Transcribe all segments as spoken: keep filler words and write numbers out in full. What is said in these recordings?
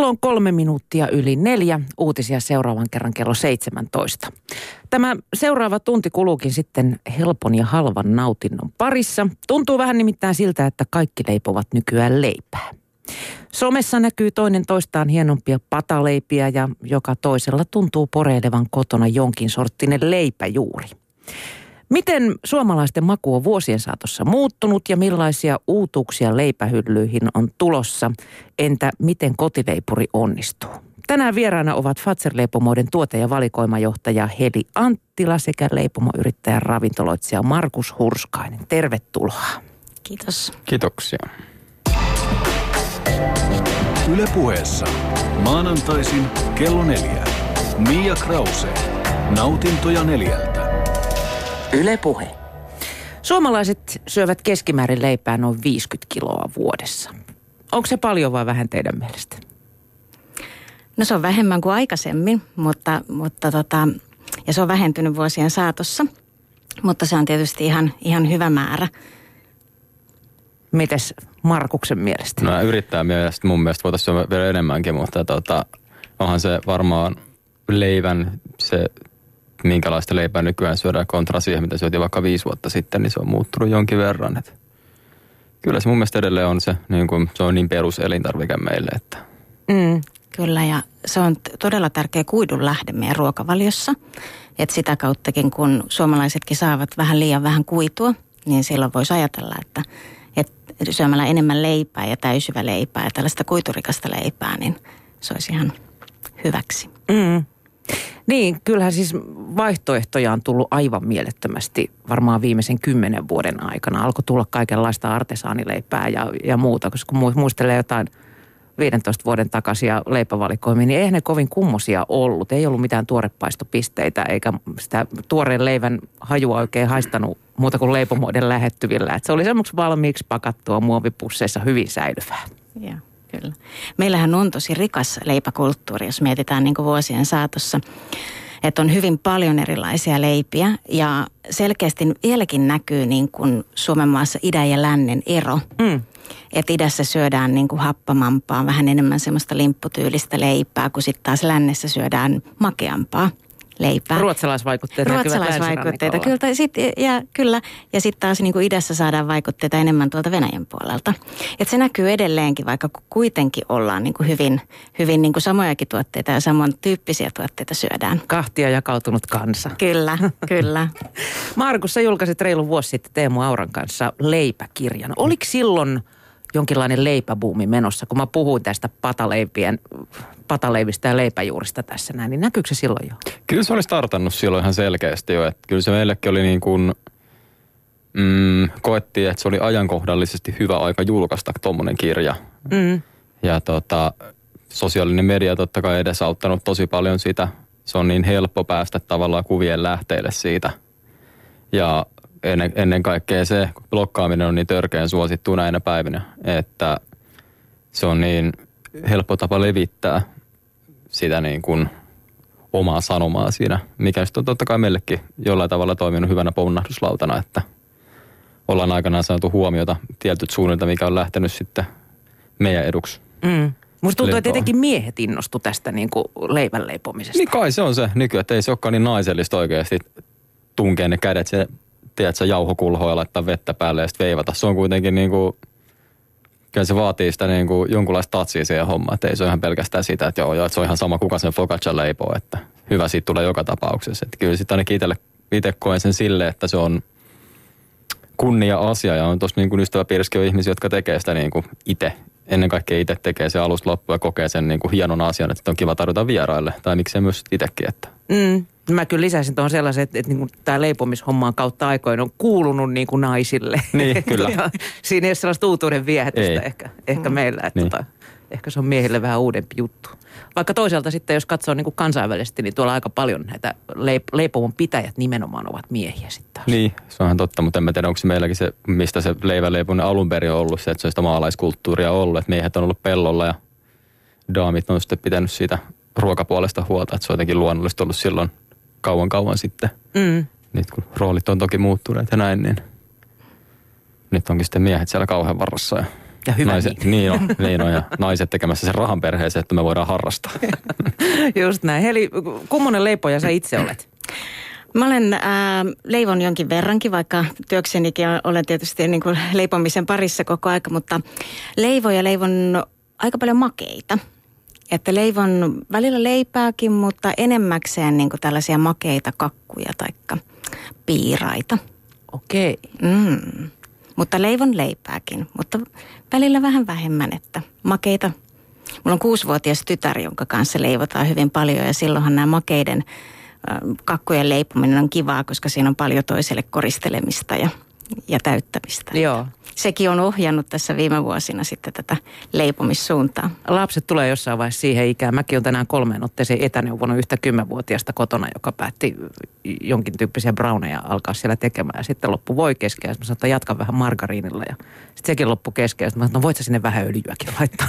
Kello on kolme minuuttia yli neljä, uutisia seuraavan kerran kello seitsemäntoista. Tämä seuraava tunti kuluukin sitten helpon ja halvan nautinnon parissa. Tuntuu vähän nimittäin siltä, että kaikki leipovat nykyään leipää. Somessa näkyy toinen toistaan hienompia pataleipiä ja joka toisella tuntuu poreilevan kotona jonkin sorttinen leipäjuuri. Miten suomalaisten maku on vuosien saatossa muuttunut ja millaisia uutuuksia leipähyllyihin on tulossa? Entä miten kotileipuri onnistuu? Tänään vieraana ovat Fazer-leipomoiden tuote- ja valikoimajohtaja Heli Anttila sekä leipomoyrittäjän ravintoloitsija Markus Hurskainen. Tervetuloa. Kiitos. Kiitoksia. Yle Puheessa maanantaisin kello neljä. Mia Krause. Nautintoja neljältä. Yle Puhe. Suomalaiset syövät keskimäärin leipää noin viisikymmentä kiloa vuodessa. Onko se paljon vai vähän teidän mielestä? No se on vähemmän kuin aikaisemmin, mutta, mutta tota, ja se on vähentynyt vuosien saatossa, mutta se on tietysti ihan, ihan hyvä määrä. Mites Markuksen mielestä? No yrittää mielestä, mun mielestä voitaisiin syödä vielä enemmänkin, mutta tota, onhan se varmaan leivän se, minkälaista leipää nykyään syödään kontra siihen, mitä syötiin vaikka viisi vuotta sitten, niin se on muuttunut jonkin verran. Et kyllä se mun mielestä edelleen on se, niin kuin, se on niin peruselintarvike meille, että... Mm, kyllä, ja se on todella tärkeä kuidun lähde meidän ruokavaliossa. Että sitä kauttakin, kun suomalaisetkin saavat vähän liian vähän kuitua, niin silloin voisi ajatella, että, että syömällä enemmän leipää ja täysyvä leipää ja tällaista kuiturikasta leipää, niin se olisi ihan hyväksi. Mm. Niin, kyllähän siis vaihtoehtoja on tullut aivan mielettömästi varmaan viimeisen kymmenen vuoden aikana. Alkoi tulla kaikenlaista artesaanileipää ja, ja muuta, koska kun muistelee jotain viidentoista vuoden takaisia leipävalikoimia, niin eihän ne kovin kummosia ollut. Ei ollut mitään tuorepaistopisteitä eikä sitä tuoreen leivän hajua oikein haistanut muuta kuin leipomoiden lähettyvillä. Et se oli semmoiksi valmiiksi pakattua muovipusseissa hyvin säilyvää. Joo. Kyllä. Meillähän on tosi rikas leipäkulttuuri, jos mietitään niin kuin vuosien saatossa, että on hyvin paljon erilaisia leipiä ja selkeästi vieläkin näkyy niin kuin Suomen maassa idän ja lännen ero. Mm. Että idässä syödään niin kuin happamampaa, vähän enemmän semmoista limpputyylistä leipää, kun sitten taas lännessä syödään makeampaa leipää. Ruotsalaisvaikutteita. Ruotsalaisvaikutteita, kyllä. Sit, ja, kyllä. Ja sitten taas niin kuin idässä saadaan vaikutteita enemmän tuolta Venäjän puolelta. Et se näkyy edelleenkin, vaikka kuitenkin ollaan niin kuin hyvin, hyvin niin kuin samojakin tuotteita ja saman tyyppisiä tuotteita syödään. Kahtia jakautunut kansa. Kyllä, kyllä. Markus, sä julkaisit reilu vuosi sitten Teemu Auran kanssa leipäkirjan. Oliko silloin jonkinlainen leipäbuumi menossa, kun mä puhuin tästä pataleipien, pataleivistä ja leipäjuurista tässä näin, niin näkyykö se silloin jo? Kyllä se oli startannut silloin ihan selkeästi jo, että kyllä se meillekin oli niin kuin, mm, koettiin, että se oli ajankohdallisesti hyvä aika julkaista tommonen kirja. Mm. Ja tota, sosiaalinen media totta kai edesauttanut tosi paljon sitä. Se on niin helppo päästä tavallaan kuvien lähteille siitä. Ja Ennen, ennen kaikkea se, kun blokkaaminen on niin törkeän suosittu näinä päivinä, että se on niin helppo tapa levittää sitä niin kuin omaa sanomaa siinä, mikä on totta kai meillekin jollain tavalla toiminut hyvänä ponnahduslautana, että ollaan aikanaan saatu huomiota tietyt suunnilta, mikä on lähtenyt sitten meidän eduksi. Mm. Musta tuntuu, että tietenkin miehet innostu tästä niin kuin leivän leipomisesta. Niin kai se on se nykyään, että ei se olekaan niin naisellista oikeasti tunkea ne kädet se tiedätkö, jauhokulhoa ja laittaa vettä päälle ja sitten veivata. Se on kuitenkin niin kuin, kyllä se vaatii sitä niin kuin jonkunlaista tatsia siihen hommaan. Että ei se ole ihan pelkästään sitä, että joo, joo, että se on ihan sama kuka sen focaccia leipoo, että hyvä siitä tulee joka tapauksessa. Että kyllä sitten ainakin itselle, itse koen sen silleen, että se on kunnia-asia ja on tuossa niin kuin ystäväpiirissäkin on ihmisiä, jotka tekee sitä niin kuin itse. Ennen kaikkea itse tekee se alusta loppuun ja kokee sen niin kuin hienon asian, että on kiva tarjota vieraille. Tai miksei myös itsekin, että... Mm. Mä kyllä lisäisin tuohon sellaisen, että, että, että tämä leipomishomma on kautta aikoina on kuulunut niin kuin naisille. Niin, kyllä. Siinä ei ole sellaista uutuuden viehätystä ei. ehkä, ehkä meillä. Että niin. tota, ehkä se on miehille vähän uudempi juttu. Vaikka toisaalta sitten, jos katsoo niin kuin kansainvälisesti, niin tuolla aika paljon näitä leip- leipomon pitäjät nimenomaan ovat miehiä sitten taas. Niin, se on totta, mutta en mä tiedä, onko se meilläkin se, mistä se leivänleipominen alun perin on ollut se, että se on sitä maalaiskulttuuria ollut. Että miehet on ollut pellolla ja daamit on sitten pitänyt siitä ruokapuolesta huolta, että se on jotenkin luonnollisesti ollut silloin kauan kauan sitten. Mm. Nyt kun roolit on toki muuttuneet ja näin, niin nyt onkin sitten miehet siellä kauhean varrassa. Ja... Ja hyvä naiset, niin. Niin on, niin on, ja naiset tekemässä sen rahan perheeseen, että me voidaan harrastaa. Just näin. Heli, kummonen leipoja sä itse olet? Mä olen äh, leivon jonkin verrankin, vaikka työksenikin olen tietysti niin kuin leipomisen parissa koko aika, mutta leivon ja leivon aika paljon makeita. Että leivon välillä leipääkin, mutta enemmäkseen niin kuin tällaisia makeita kakkuja tai piiraita. Okei. Mm. Mutta leivon leipääkin, mutta välillä vähän vähemmän, että makeita. Mulla on kuusivuotias tytär, jonka kanssa leivotaan hyvin paljon ja silloinhan nämä makeiden kakkujen leipominen on kivaa, koska siinä on paljon toiselle koristelemista ja, ja täyttämistä. Joo. Sekin on ohjannut tässä viime vuosina sitten tätä leipomissuuntaa. Lapset tulee jossain vaiheessa siihen ikään. Mäkin olen tänään kolmeen otteeseen etäneuvonut yhtä kymmenvuotiaasta kotona, joka päätti jonkin tyyppisiä browneja alkaa siellä tekemään. Ja sitten loppu voi kesken. Ja mä sanoin, että jatka vähän margariinilla. Ja sitten sekin loppu kesken. Ja mä sanoin, no voit sä sinne vähän öljyäkin laittaa.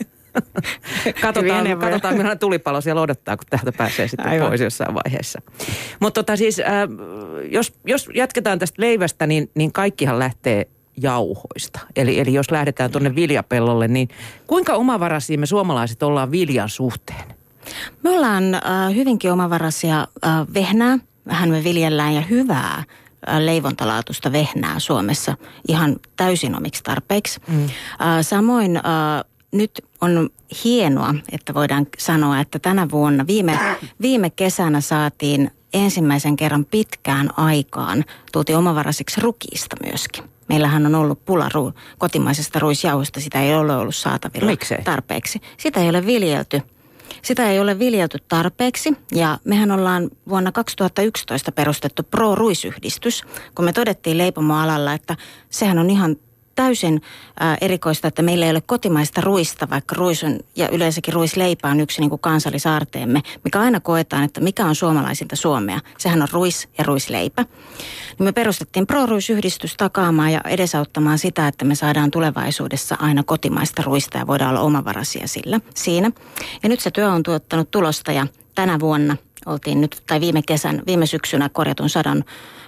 katsotaan, katsotaan millainen tulipalo siellä odottaa, kun täältä pääsee sitten Aivan. pois jossain vaiheessa. Mutta tota siis, äh, jos, jos jatketaan tästä leivästä, niin, niin kaikkihan lähtee jauhoista. Eli, eli jos lähdetään tuonne viljapellolle, niin kuinka omavaraisia me suomalaiset ollaan viljan suhteen? Me ollaan äh, hyvinkin omavaraisia äh, vehnää. Vähän me viljellään ja hyvää äh, leivontalaatusta vehnää Suomessa ihan täysin omiksi tarpeiksi. Mm. Äh, samoin äh, nyt on hienoa, että voidaan sanoa, että tänä vuonna, viime, viime kesänä saatiin ensimmäisen kerran pitkään aikaan, tultiin omavaraisiksi rukiista myöskin. Meillähän on ollut pula ru- kotimaisesta ruisjauhosta, sitä ei ole ollut saatavilla Miksei? tarpeeksi. Sitä ei ole viljelty. Sitä ei ole viljelty tarpeeksi ja mehän ollaan vuonna kaksituhattayksitoista perustettu Pro-ruisyhdistys, kun me todettiin leipomoalalla, että sehän on ihan täysin äh, erikoista, että meillä ei ole kotimaista ruista, vaikka ruis on, ja yleensäkin ruisleipä on yksi niin kuin kansallisaarteemme, mikä aina koetaan, että mikä on suomalaisinta Suomea. Sehän on ruis ja ruisleipä. Niin me perustettiin Pro-ruisyhdistys takaamaan ja edesauttamaan sitä, että me saadaan tulevaisuudessa aina kotimaista ruista ja voidaan olla omavaraisia sillä, siinä. Ja nyt se työ on tuottanut tulosta ja tänä vuonna oltiin nyt, tai viime kesän, viime syksynä korjatun sadan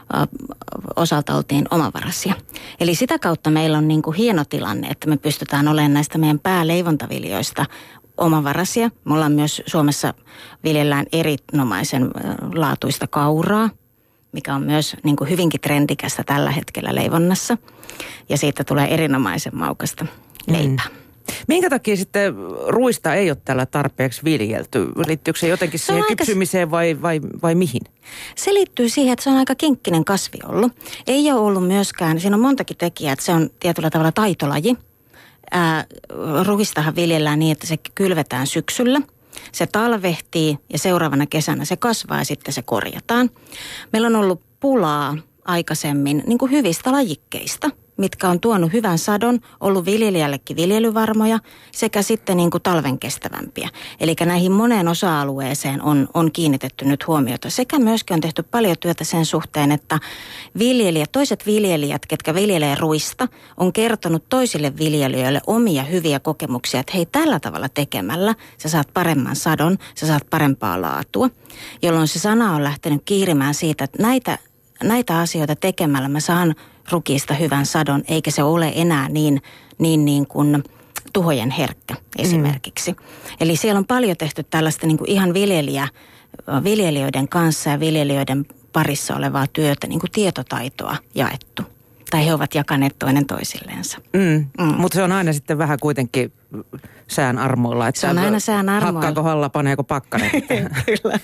osalta oltiin omavaraisia. Eli sitä kautta meillä on niin kuin hieno tilanne, että me pystytään olemaan näistä meidän pääleivontaviljoista omavaraisia. Me ollaan myös Suomessa viljellään erinomaisen laatuista kauraa, mikä on myös niin kuin hyvinkin trendikästä tällä hetkellä leivonnassa. Ja siitä tulee erinomaisen maukasta leipää. Mm. Minkä takia sitten ruista ei ole täällä tarpeeksi viljelty? Liittyykö se jotenkin se siihen kypsymiseen vai, vai, vai mihin? Se liittyy siihen, että se on aika kinkkinen kasvi ollut. Ei ole ollut myöskään, siinä on montakin tekijää, että se on tietyllä tavalla taitolaji. Ää, ruistahan viljellään niin, että se kylvetään syksyllä. Se talvehtii ja seuraavana kesänä se kasvaa ja sitten se korjataan. Meillä on ollut pulaa aikaisemmin niin kuin hyvistä lajikkeista, mitkä on tuonut hyvän sadon, ollut viljelijällekin viljelyvarmoja sekä sitten niin kuin talven kestävämpiä. Eli näihin moneen osa-alueeseen on, on kiinnitetty nyt huomiota. Sekä myöskin on tehty paljon työtä sen suhteen, että viljelijät, toiset viljelijät, ketkä viljelee ruista, on kertonut toisille viljelijöille omia hyviä kokemuksia, että hei, tällä tavalla tekemällä sä saat paremman sadon, sä saat parempaa laatua, jolloin se sana on lähtenyt kiirimään siitä, että näitä, näitä asioita tekemällä mä saan rukiista hyvän sadon, eikä se ole enää niin, niin, niin kuin tuhojen herkkä esimerkiksi. Mm. Eli siellä on paljon tehty tällaista niin kuin ihan viljelijä, viljelijöiden kanssa ja viljelijöiden parissa olevaa työtä, niin kuin tietotaitoa jaettu. Tai he ovat jakaneet toinen toisilleensa. Mm. Mm. Mutta se on aina sitten vähän kuitenkin sään armoilla. Että se on aina sään armoilla. Hakkaako halla, paneeko pakkanen? Kyllä.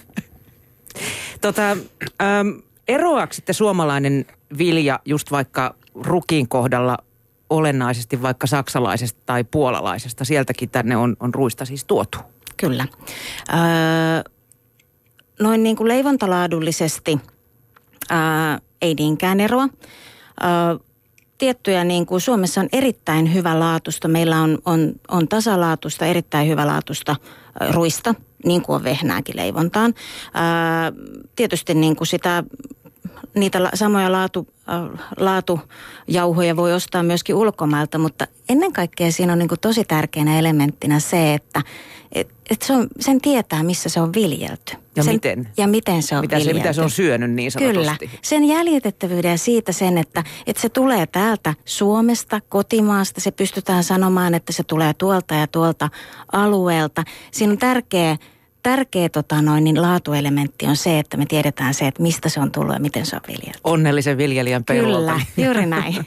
Tota, ähm, eroaako sitten suomalainen vilja just vaikka rukiin kohdalla olennaisesti vaikka saksalaisesta tai puolalaisesta? Sieltäkin tänne on, on ruista siis tuotu. Kyllä. Öö, noin niin kuin leivontalaadullisesti öö, ei niinkään eroa. Öö, tiettyjä niin kuin Suomessa on erittäin hyvä laatusta. Meillä on, on, on tasalaatusta, erittäin hyvä laatusta öö, ruista, niin kuin on vehnääkin leivontaan. Öö, tietysti niin kuin sitä... Niitä samoja laatu, äh, laatujauhoja voi ostaa myöskin ulkomailta, mutta ennen kaikkea siinä on niin kuin tosi tärkeänä elementtinä se, että et, et se on, sen tietää, missä se on viljelty. Ja sen, miten? Ja miten se on mitä se, mitä se on syönyt niin sanotusti. Kyllä. Sen jäljitettävyyden ja siitä sen, että, että se tulee täältä Suomesta, kotimaasta. Se pystytään sanomaan, että se tulee tuolta ja tuolta alueelta. Siinä on tärkeä, tärkeä tota noin, niin laatuelementti on se, että me tiedetään se, että mistä se on tullut ja miten se on viljelty. Onnellisen viljelijän pellolta. Kyllä, juuri näin.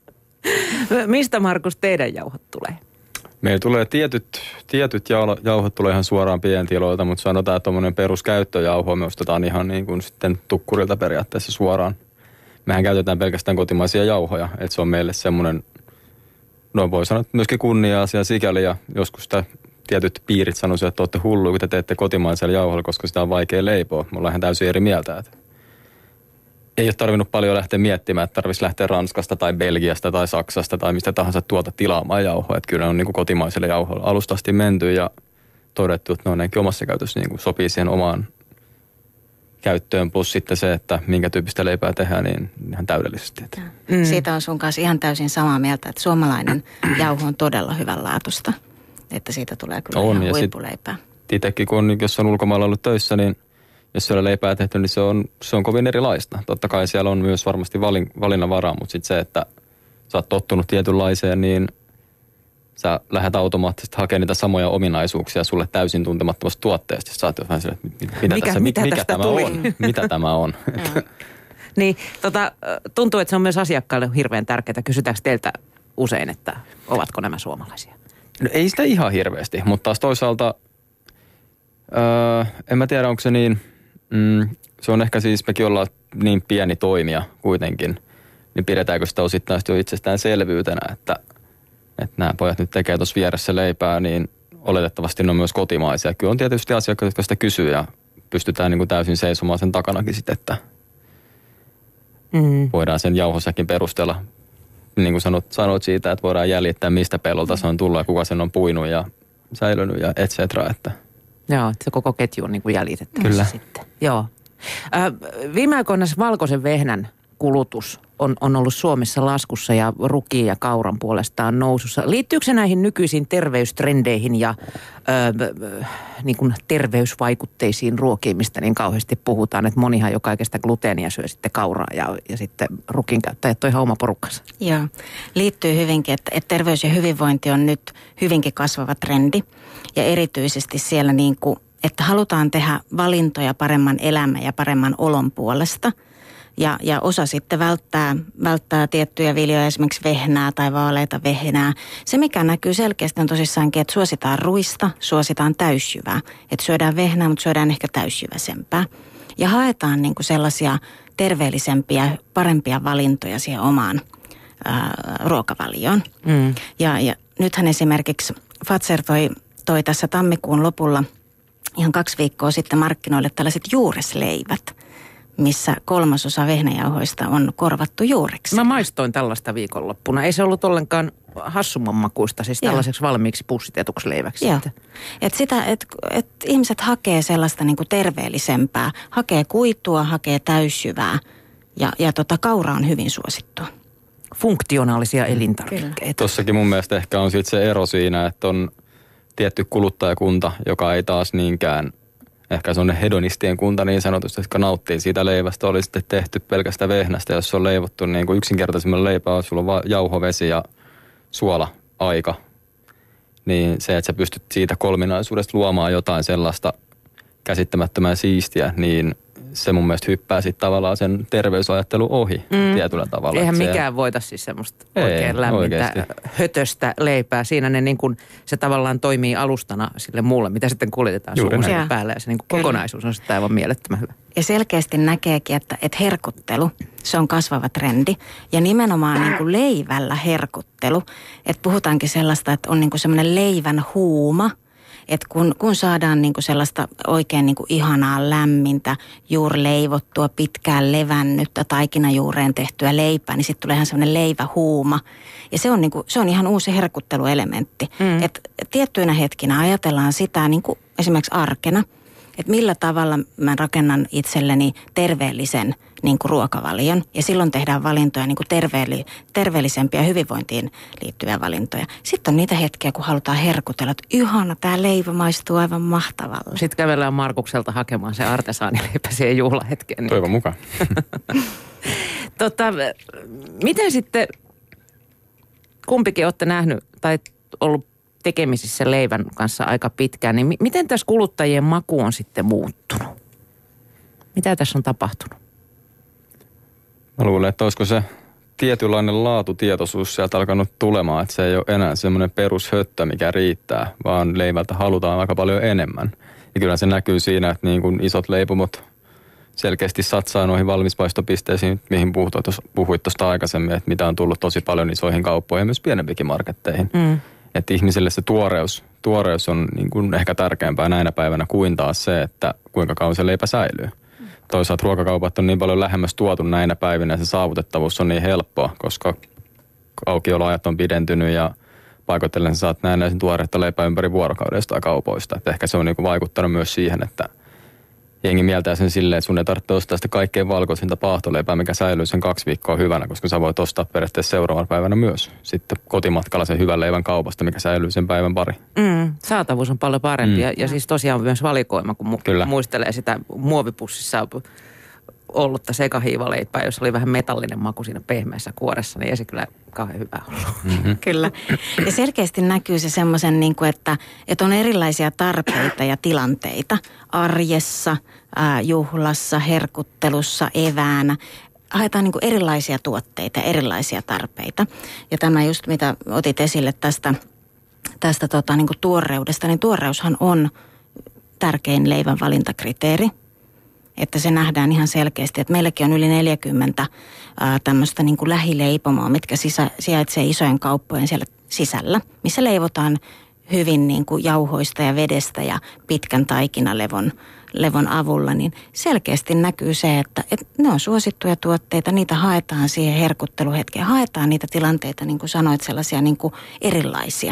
Mistä, Markus, teidän jauhot tulee? Meillä tulee tietyt, tietyt jauhot tulee ihan suoraan pientiloilta, mutta sanotaan, että tuommoinen peruskäyttöjauho me ostetaan ihan niin kuin sitten tukkurilta periaatteessa suoraan. Mehän käytetään pelkästään kotimaisia jauhoja, että se on meille semmoinen, no voi sanoa, että myöskin kunnia-asia sikäli ja joskus sitä tietyt piirit sanoisivat, että olette hulluja, kun te teette kotimaisella jauholla, koska sitä on vaikea leipoa. Me ollaan ihan täysin eri mieltä, että ei ole tarvinnut paljon lähteä miettimään, että tarvitsisi lähteä Ranskasta tai Belgiasta tai Saksasta tai mistä tahansa tuolta tilaamaan jauhoa. Että kyllä ne on niin kuin kotimaiselle jauholle alusta asti menty ja todettu, että ne on ainakin omassa käytössä niin kuin sopii siihen omaan käyttöön. Plus sitten se, että minkä tyyppistä leipää tehdään, niin ihan täydellisesti. Mm. Siitä on sun kanssa ihan täysin samaa mieltä, että suomalainen jauho on todella hyvänlaatuista. Että siitä tulee kyllä on, ihan huippuleipää. Itsekin kun jos on ulkomailla ollut töissä, niin jos siellä leipää tehty, niin se on, se on kovin erilaista. Totta kai siellä on myös varmasti valin, valinnanvaraa, mutta sitten se, että sä oot tottunut tietynlaiseen, niin sä lähdet automaattisesti hakemaan niitä samoja ominaisuuksia sulle täysin tuntemattomasta tuotteesta. Sä oot vähän sille, että mitä, mikä, tässä, mitä mikä tämä tuli? on? Mitä tämä on? Niin, tota, tuntuu, että se on myös asiakkaille hirveän tärkeää. Kysytäänkö teiltä usein, että ovatko nämä suomalaisia? No ei sitä ihan hirveästi, mutta taas toisaalta öö, en mä tiedä, onko se niin, mm, se on ehkä siis, mekin ollaan niin pieni toimija kuitenkin, niin pidetäänkö sitä osittain jo itsestäänselvyytenä, että, että nämä pojat nyt tekee tuossa vieressä leipää, niin oletettavasti ne on myös kotimaisia. Kyllä on tietysti asiakkaita, jotka sitä kysyy ja pystytään niin kuin täysin seisomaan sen takanakin sitten, että mm. voidaan sen jauhosäkin perustella. Niin kuin sanot, sanoit siitä, että voidaan jäljittää, mistä pellolta se on tullut ja kuka sen on puinut ja säilynyt ja et cetera. Että. Joo, se koko ketju on niin kuin jäljitettävissä Kyllä. sitten. Joo. Äh, viime aikoina valkoisen vehnän kulutus on, on ollut Suomessa laskussa ja rukiin ja kauran puolestaan nousussa. Liittyykö se näihin nykyisiin terveystrendeihin ja ö, niin kuin terveysvaikutteisiin ruokiin, mistä niin kauheasti puhutaan, että monihan jo kaikesta gluteenia syö sitten kauraa ja, ja sitten rukin käyttäjät on ihan oma porukkansa. Joo, liittyy hyvinkin, että, että terveys ja hyvinvointi on nyt hyvinkin kasvava trendi ja erityisesti siellä niin kuin, että halutaan tehdä valintoja paremman elämän ja paremman olon puolesta. Ja, ja osa sitten välttää, välttää tiettyjä viljoja, esimerkiksi vehnää tai vaaleita vehnää. Se, mikä näkyy selkeästi, on tosissaankin, että suositaan ruista, suositaan täysjyvää. Että syödään vehnää, mutta syödään ehkä täysjyväsempää. Ja haetaan niin kuin sellaisia terveellisempiä, parempia valintoja siihen omaan ää, ruokavalioon. Mm. Ja, ja nythän esimerkiksi Fazer toi, toi tässä tammikuun lopulla ihan kaksi viikkoa sitten markkinoille tällaiset juuresleivät, missä kolmasosa vehnäjauhoista on korvattu juureksi. Mä maistoin tällaista viikonloppuna. Ei se ollut ollenkaan hassumman makuista, siis tällaiseksi Joo. valmiiksi pussitetuksi leiväksi. Joo. Et sitä, et, et ihmiset hakee sellaista niinku terveellisempää, hakee kuitua, hakee täysjyvää ja, ja tota, kaura on hyvin suosittua. Funktionaalisia elintarvikkeita. Tossakin mun mielestä ehkä on sitten se ero siinä, että on tietty kuluttajakunta, joka ei taas niinkään ehkä se on ne hedonistien kunta niin sanotusti, jotka nauttii siitä leivästä. Oli sitten tehty pelkästään vehnästä, jos se on leivottu niin kuin yksinkertaisemmalla leipää, sulla on vaan jauhovesi ja suola-aika. Niin se, että sä pystyt siitä kolminaisuudesta luomaan jotain sellaista käsittämättömän siistiä, niin se mun mielestä hyppää sitten tavallaan sen terveysajattelun ohi mm. tietyllä tavalla. Eihän se, mikään voita siis semmoista oikein ei, lämmintä oikeasti. hötöstä leipää. Siinä ne niin kuin, se tavallaan toimii alustana sille muulle, mitä sitten kuljetetaan suuhun päälle. Ja se niin kuin kokonaisuus on sitten aivan mielettömän hyvä. Ja selkeästi näkeekin, että, että herkuttelu, se on kasvava trendi. Ja nimenomaan niin kuin leivällä herkuttelu. Että puhutaankin sellaista, että on niin kuin semmoinen leivän huuma. Että kun, kun saadaan niinku sellaista oikein niinku ihanaa lämmintä, juuri leivottua, pitkään levännyttä, taikinajuureen tehtyä leipää, niin sitten tulee ihan semmoinen leivähuuma. Ja se on, niinku, se on ihan uusi herkutteluelementti. Mm. Että tiettyinä hetkinä ajatellaan sitä niinku esimerkiksi arkena, että millä tavalla mä rakennan itselleni terveellisen niin kuin ruokavalion. Ja silloin tehdään valintoja, niin kuin terveelli, terveellisempiä hyvinvointiin liittyviä valintoja. Sitten on niitä hetkiä, kun halutaan herkutella, että ihana, tämä leipä maistuu aivan mahtavalle. Sitten kävellään Markukselta hakemaan se artesaanileipä siihen juhlahetkeen. Toivon mukaan. tota, miten sitten, kumpikin olette nähnyt tai ollut tekemisissä leivän kanssa aika pitkään, niin miten tässä kuluttajien maku on sitten muuttunut? Mitä tässä on tapahtunut? Mä luulen, että olisiko se tietynlainen laatutietoisuus sieltä alkanut tulemaan, että se ei ole enää semmoinen perushöttö, mikä riittää, vaan leivältä halutaan aika paljon enemmän. Ja kyllä se näkyy siinä, että niin kuin isot leipomot selkeästi satsaa noihin valmispaistopisteisiin, mihin puhuit tuosta aikaisemmin, että mitä on tullut tosi paljon isoihin kauppoihin ja myös pienempikin marketteihin. Mm. Että ihmisille se tuoreus, tuoreus on niin kuin ehkä tärkeämpää näinä päivänä kuin taas se, että kuinka kauan se leipä säilyy. Toisaalta ruokakaupat on niin paljon lähemmäs tuotu näinä päivinä ja se saavutettavuus on niin helppoa, koska aukioloajat on pidentynyt ja paikoitellen sä saat näennäisen tuoretta leipää ympäri vuorokaudesta ja kaupoista. Et ehkä se on niin kuin vaikuttanut myös siihen, että jengi mieltää sen silleen, että sun ei tarvitse ostaa sitä kaikkein valkoisinta paahtoleipää, mikä säilyy sen kaksi viikkoa hyvänä, koska sä voit ostaa periaatteessa seuraavana päivänä myös sitten kotimatkalla sen hyvän leivän kaupasta, mikä säilyy sen päivän pari. Mm, saatavuus on paljon parempi mm. ja, ja siis tosiaan myös valikoima, kun mu- Kyllä. muistelee sitä muovipussissa ollutta sekahiivaleipää, jos oli vähän metallinen maku siinä pehmeässä kuoressa, niin ei se kyllä kauhean hyvä ollut. Mm-hmm. Kyllä. Ja selkeästi näkyy se semmoisen, niin kuin, että, että on erilaisia tarpeita ja tilanteita arjessa, ää, juhlassa, herkuttelussa, eväänä. Haetaan niin kuin erilaisia tuotteita, erilaisia tarpeita. Ja tämä just, mitä otit esille tästä, tästä tota, niin kuin tuoreudesta, niin tuoreushan on tärkein leivän valintakriteeri. Että se nähdään ihan selkeästi, että meilläkin on yli neljäkymmentä ää, tämmöistä niin kuin lähileipomoa, mitkä sisä, sijaitsee isojen kauppojen siellä sisällä, missä leivotaan hyvin niin kuin jauhoista ja vedestä ja pitkän taikinalevon levon avulla, niin selkeästi näkyy se, että, että ne on suosittuja tuotteita, niitä haetaan siihen herkutteluhetkeen, haetaan niitä tilanteita, niin kuin sanoit, sellaisia niin kuin erilaisia.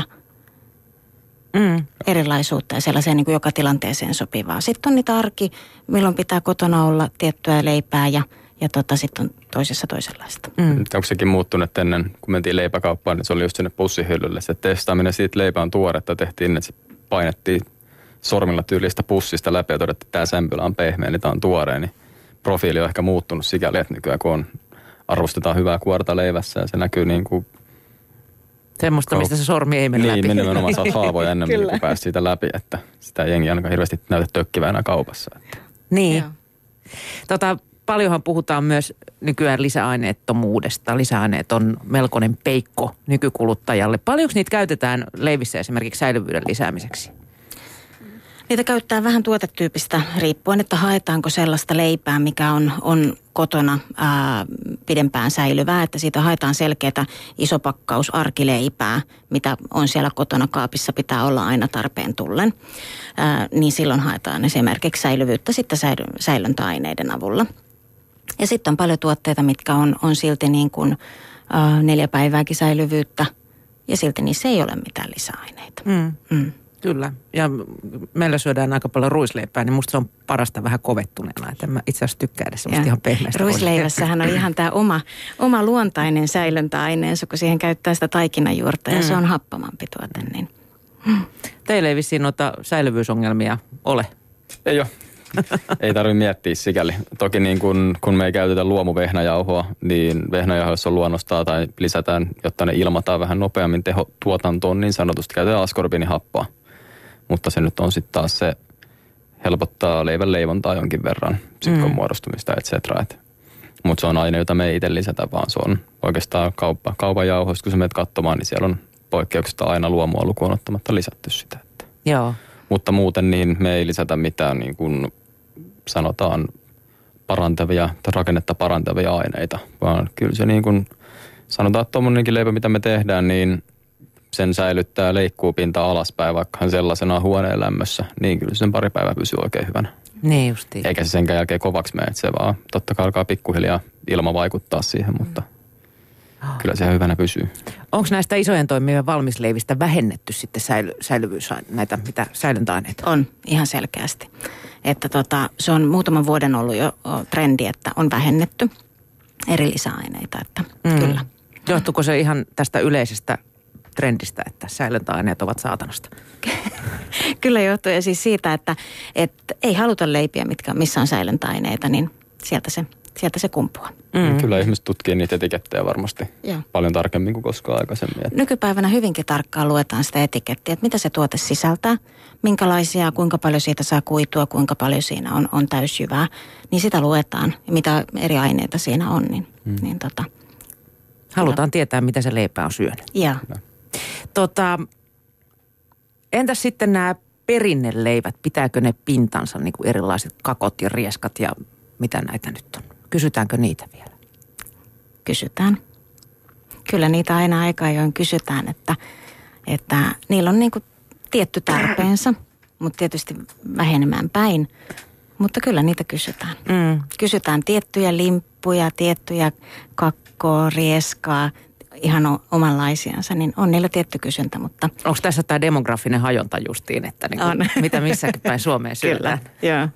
Mm. Erilaisuutta ja sellaiseen niin kuin joka tilanteeseen sopivaa. Sitten on niitä arki, milloin pitää kotona olla tiettyä leipää ja, ja tota, sitten on toisessa toisenlaista. Mm. Onko sekin muuttunut ennen, kun mentiin leipäkauppaan, niin se oli just sinne pussihyllylle. Se testaaminen siitä leipä on tuoretta tehtiin, että se painettiin sormilla tyylistä pussista läpi ja todettiin, että tämä sämpylä on pehmeä, niin tämä on tuoreen. Niin profiili on ehkä muuttunut sikäli, että nykyään kun on, arvostetaan hyvää kuorta leivässä ja se näkyy niin kuin semmoista, mistä se sormi ei mene niin, läpi. Niin, nimenomaan saat haavoja ennen kuin pääsi siitä läpi, että sitä jengi ainakaan hirveästi näytä tökkivänä kaupassa. Että. Niin. Joo. Tota, paljonhan puhutaan myös nykyään lisäaineettomuudesta. Lisäaineet on melkoinen peikko nykykuluttajalle. Paljonko niitä käytetään leivissä esimerkiksi säilyvyyden lisäämiseksi? Niitä käyttää vähän tuotetyypistä riippuen, että haetaanko sellaista leipää, mikä on, on kotona ää, pidempään säilyvää, että siitä haetaan selkeätä isopakkaus arkileipää, mitä on siellä kotona kaapissa, pitää olla aina tarpeen tullen. Ää, niin silloin haetaan esimerkiksi säilyvyyttä sitten säily, säilöntäaineiden avulla. Ja sitten on paljon tuotteita, mitkä on, on silti niin kuin ää, neljä päivääkin säilyvyyttä ja silti niissä ei ole mitään lisäaineita. Mm. Mm. Kyllä. Ja meillä syödään aika paljon ruisleipää, niin musta se on parasta vähän kovettuneena. Että en mä itse asiassa tykkää edes semmoista ihan pehmeästä. Ruisleivässähän on ihan tämä oma, oma luontainen säilöntäaineensa, kun siihen käyttää sitä taikinajuurta ja mm. se on happamampi tuote. Niin. Teillä ei vissiin noita säilyvyysongelmia ole? Ei ole. Ei tarvitse miettiä sikäli. Toki niin kun, kun me ei käytetä luomuvehnäjauhoa, niin vehnäjauhoissa on luonnostaa tai lisätään, jotta ne ilmataan vähän nopeammin teho tuotantoon, niin sanotusti käytetään askorbiinihappoa. Mutta se nyt on sitten taas se, helpottaa leivän leivontaa jonkin verran, sitkon mm. muodostumista, et cetera. Mutta se on aine, jota me ei itse lisätä, vaan se on oikeastaan kauppa, kaupan jauhoista. Kun sä menet katsomaan, niin siellä on poikkeuksesta aina luomua lukuun ottamatta lisätty sitä. Että. Joo. Mutta muuten niin me ei lisätä mitään niin kuin sanotaan parantavia tai rakennetta parantavia aineita, vaan kyllä se niin kuin sanotaan, että tuommoinenkin leipä, mitä me tehdään, niin sen säilyttää leikkuupinta alaspäin, vaikka sellaisena huoneen lämmössä, niin kyllä sen pari päivää pysyy oikein hyvänä. Niin justiin. Eikä se senkään jälkeen kovaksi mene, että se vaan totta kai alkaa pikkuhiljaa ilma vaikuttaa siihen, mutta oh. kyllä se hyvänä pysyy. Onko näistä isojen toimivien valmisleivistä vähennetty sitten säily, säilyvyys, näitä mitä säilöntäaineita? On, ihan selkeästi. että tota, se on muutaman vuoden ollut jo trendi, että on vähennetty eri lisäaineita, että mm. kyllä. Johtuuko se ihan tästä yleisestä trendistä, että säilöntäaineet ovat saatanasta? Kyllä johtuu ja siis siitä, että, että ei haluta leipiä, mitkä, missä on säilöntäaineita, niin sieltä se, sieltä se kumpuaa. Mm. Kyllä ihmiset tutkii niitä etikettejä varmasti Joo. paljon tarkemmin kuin koskaan aikaisemmin. Nykypäivänä hyvinkin tarkkaan luetaan sitä etikettiä, että mitä se tuote sisältää, minkälaisia, kuinka paljon siitä saa kuitua, kuinka paljon siinä on, on täysjyvää, niin sitä luetaan ja mitä eri aineita siinä on. Niin, mm. niin tota, halutaan tietää, mitä se leipä on syönyt. Joo. Tota, entäs sitten nämä perinneleivät, pitääkö ne pintansa, niin kuin erilaiset kakot ja rieskat ja mitä näitä nyt on? Kysytäänkö niitä vielä? Kysytään. Kyllä niitä aina aika ajoin kysytään, että, että niillä on niin kuin tietty tarpeensa, mutta tietysti vähenemään päin. Mutta kyllä niitä kysytään. Mm. Kysytään tiettyjä limppuja, tiettyjä kakkoa, rieskaa, ihan omanlaisiansa, niin on niillä tietty kysyntä, mutta... Onko tässä tämä demografinen hajonta justiin, että niin kuin mitä missäkin päin Suomeen syödään? Kyllä, joo.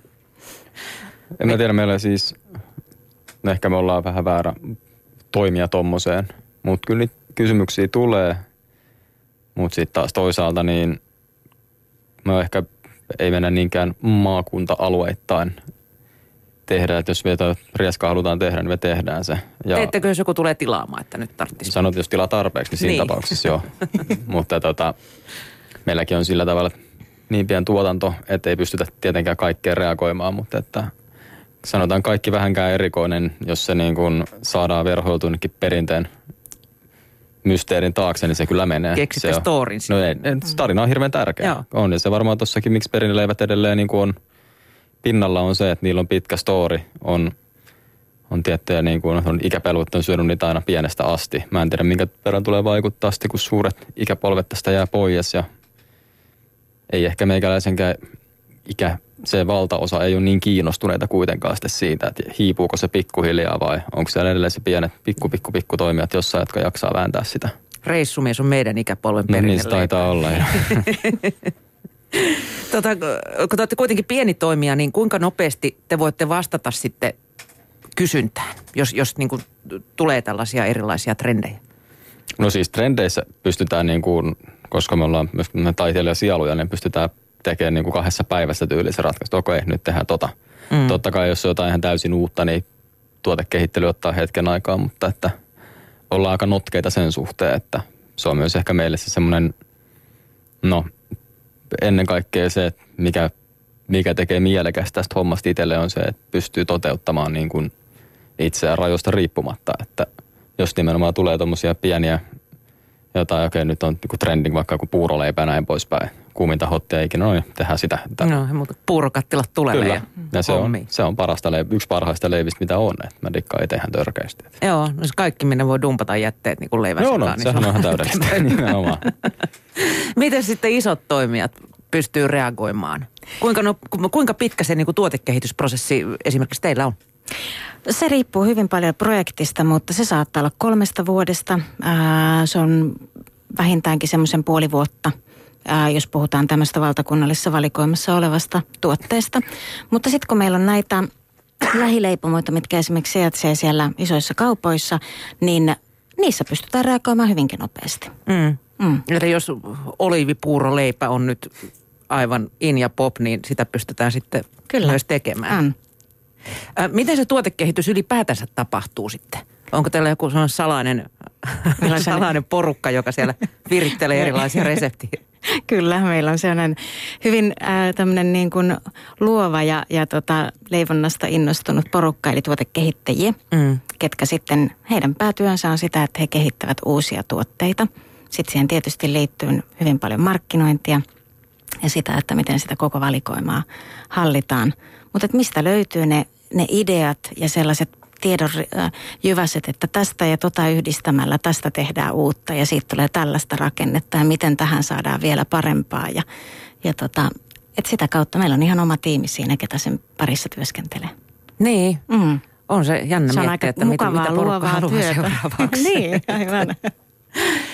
En mä tiedä, meillä siis, no ehkä me ollaan vähän väärä toimia tommoseen, mutta kyllä niitä kysymyksiä tulee, mutta sitten taas toisaalta niin me ehkä ei mennä niinkään maakunta-alueittain tehdä, että jos vielä rieskaa halutaan tehdä, niin me tehdään se. Ja teettekö, jos joku tulee tilaamaan, että nyt tarvitsisi? Sanot, jos tilaa tarpeeksi, niin siinä niin. tapauksessa joo. Mutta tota, meilläkin on sillä tavalla niin pieni tuotanto, että ei pystytä tietenkään kaikkeen reagoimaan, mutta että sanotaan kaikki vähänkään erikoinen, jos se niin kuin saadaan verhoiltua jonnekin perinteen mysteerin taakse, niin se kyllä menee. Keksitte storin. No ei, tarina on hirveän tärkeä. Joo. On, ja se varmaan tossakin, miksi perinneleivät edelleen niin kuin on pinnalla on se, että niillä on pitkä story, on, on tiettyjä niin kuin on ikäpelvot on syönyt niitä aina pienestä asti. Mä en tiedä, minkä verran tulee vaikuttaa sitten, kun suuret ikäpolvet tästä jää pois ja ei ehkä meikäläisenkään ikä, se valtaosa ei ole niin kiinnostuneita kuitenkaan sitten siitä, että hiipuuko se pikkuhiljaa vai onko siellä edelleen se pienet pikku, pikku, pikku toimijat jossain, jotka jaksaa vääntää sitä. Reissumies on meidän ikäpolven no, perinne. Niin se taitaa olla. Ja. tota, kun te olette kuitenkin pieni toimija, niin kuinka nopeasti te voitte vastata sitten kysyntään, jos, jos niin kuin tulee tällaisia erilaisia trendejä? No siis trendeissä pystytään niin kuin, koska me ollaan myös taiteilijasieluja, niin pystytään tekemään niin kuin kahdessa päivässä tyylisen ratkaisu. Okei, nyt tehdään tota. Mm. Totta kai, jos on jotain ihan täysin uutta, niin tuotekehittely ottaa hetken aikaa, mutta että ollaan aika notkeita sen suhteen, että se on myös ehkä meille se semmoinen, no ennen kaikkea se, että mikä, mikä tekee mielekästä tästä hommasta itselle on se, että pystyy toteuttamaan niin kuin itseään rajoista riippumatta, että jos nimenomaan tulee tommosia pieniä jotain, okei nyt on niin trending vaikka joku puuroleipä ja näin poispäin. Kuuminta hottia ikinä, no niin, tehdään sitä. No, mutta puurokattilat tulee. Kyllä, ja, ja se, on, se on parasta, yksi parhaista leivistä, mitä on. Että mä dikkaan itse ihan törkeästi. Joo, no se kaikki, minne voi dumpata jätteet niin kuin leivän Joo, no, niin sehän on ihan täydellistä. Nimenomaan. Miten sitten isot toimijat pystyy reagoimaan? Kuinka, no, kuinka pitkä se niin kuin tuotekehitysprosessi esimerkiksi teillä on? Se riippuu hyvin paljon projektista, mutta se saattaa olla kolmesta vuodesta. Ää, se on vähintäänkin semmoisen puoli vuotta, ää, jos puhutaan tämmöistä valtakunnallisessa valikoimassa olevasta tuotteesta. Mutta sitten kun meillä on näitä lähileipomoita, mitkä esimerkiksi sijaitsee siellä isoissa kaupoissa, niin niissä pystytään reagoimaan hyvinkin nopeasti. Mm. Mm. Eli jos oliivipuuroleipä on nyt aivan in ja pop, niin sitä pystytään sitten Kyllä. myös tekemään. Mm. Miten se tuotekehitys ylipäätänsä tapahtuu sitten? Onko teillä joku salainen, salainen porukka, joka siellä virittelee erilaisia reseptiä? Kyllä, meillä on sellainen hyvin äh, tämmöinen niin kuin luova ja, ja tota, leivonnasta innostunut porukka, eli tuotekehittäjiä, mm. ketkä sitten, heidän päätyönsä on sitä, että he kehittävät uusia tuotteita. Sitten siihen tietysti liittyy hyvin paljon markkinointia ja sitä, että miten sitä koko valikoimaa hallitaan. Mutta mistä löytyy ne, ne ideat ja sellaiset tiedon äh, jyväset, että tästä ja tota yhdistämällä tästä tehdään uutta ja siitä tulee tällaista rakennetta ja miten tähän saadaan vielä parempaa. Ja, ja tota, et sitä kautta meillä on ihan oma tiimi siinä, ketä sen parissa työskentelee. Niin, mm. on se jännä se on miettiä, että mitä, mitä porukka haluaa työtä. Seuraavaksi. Niin, aivan.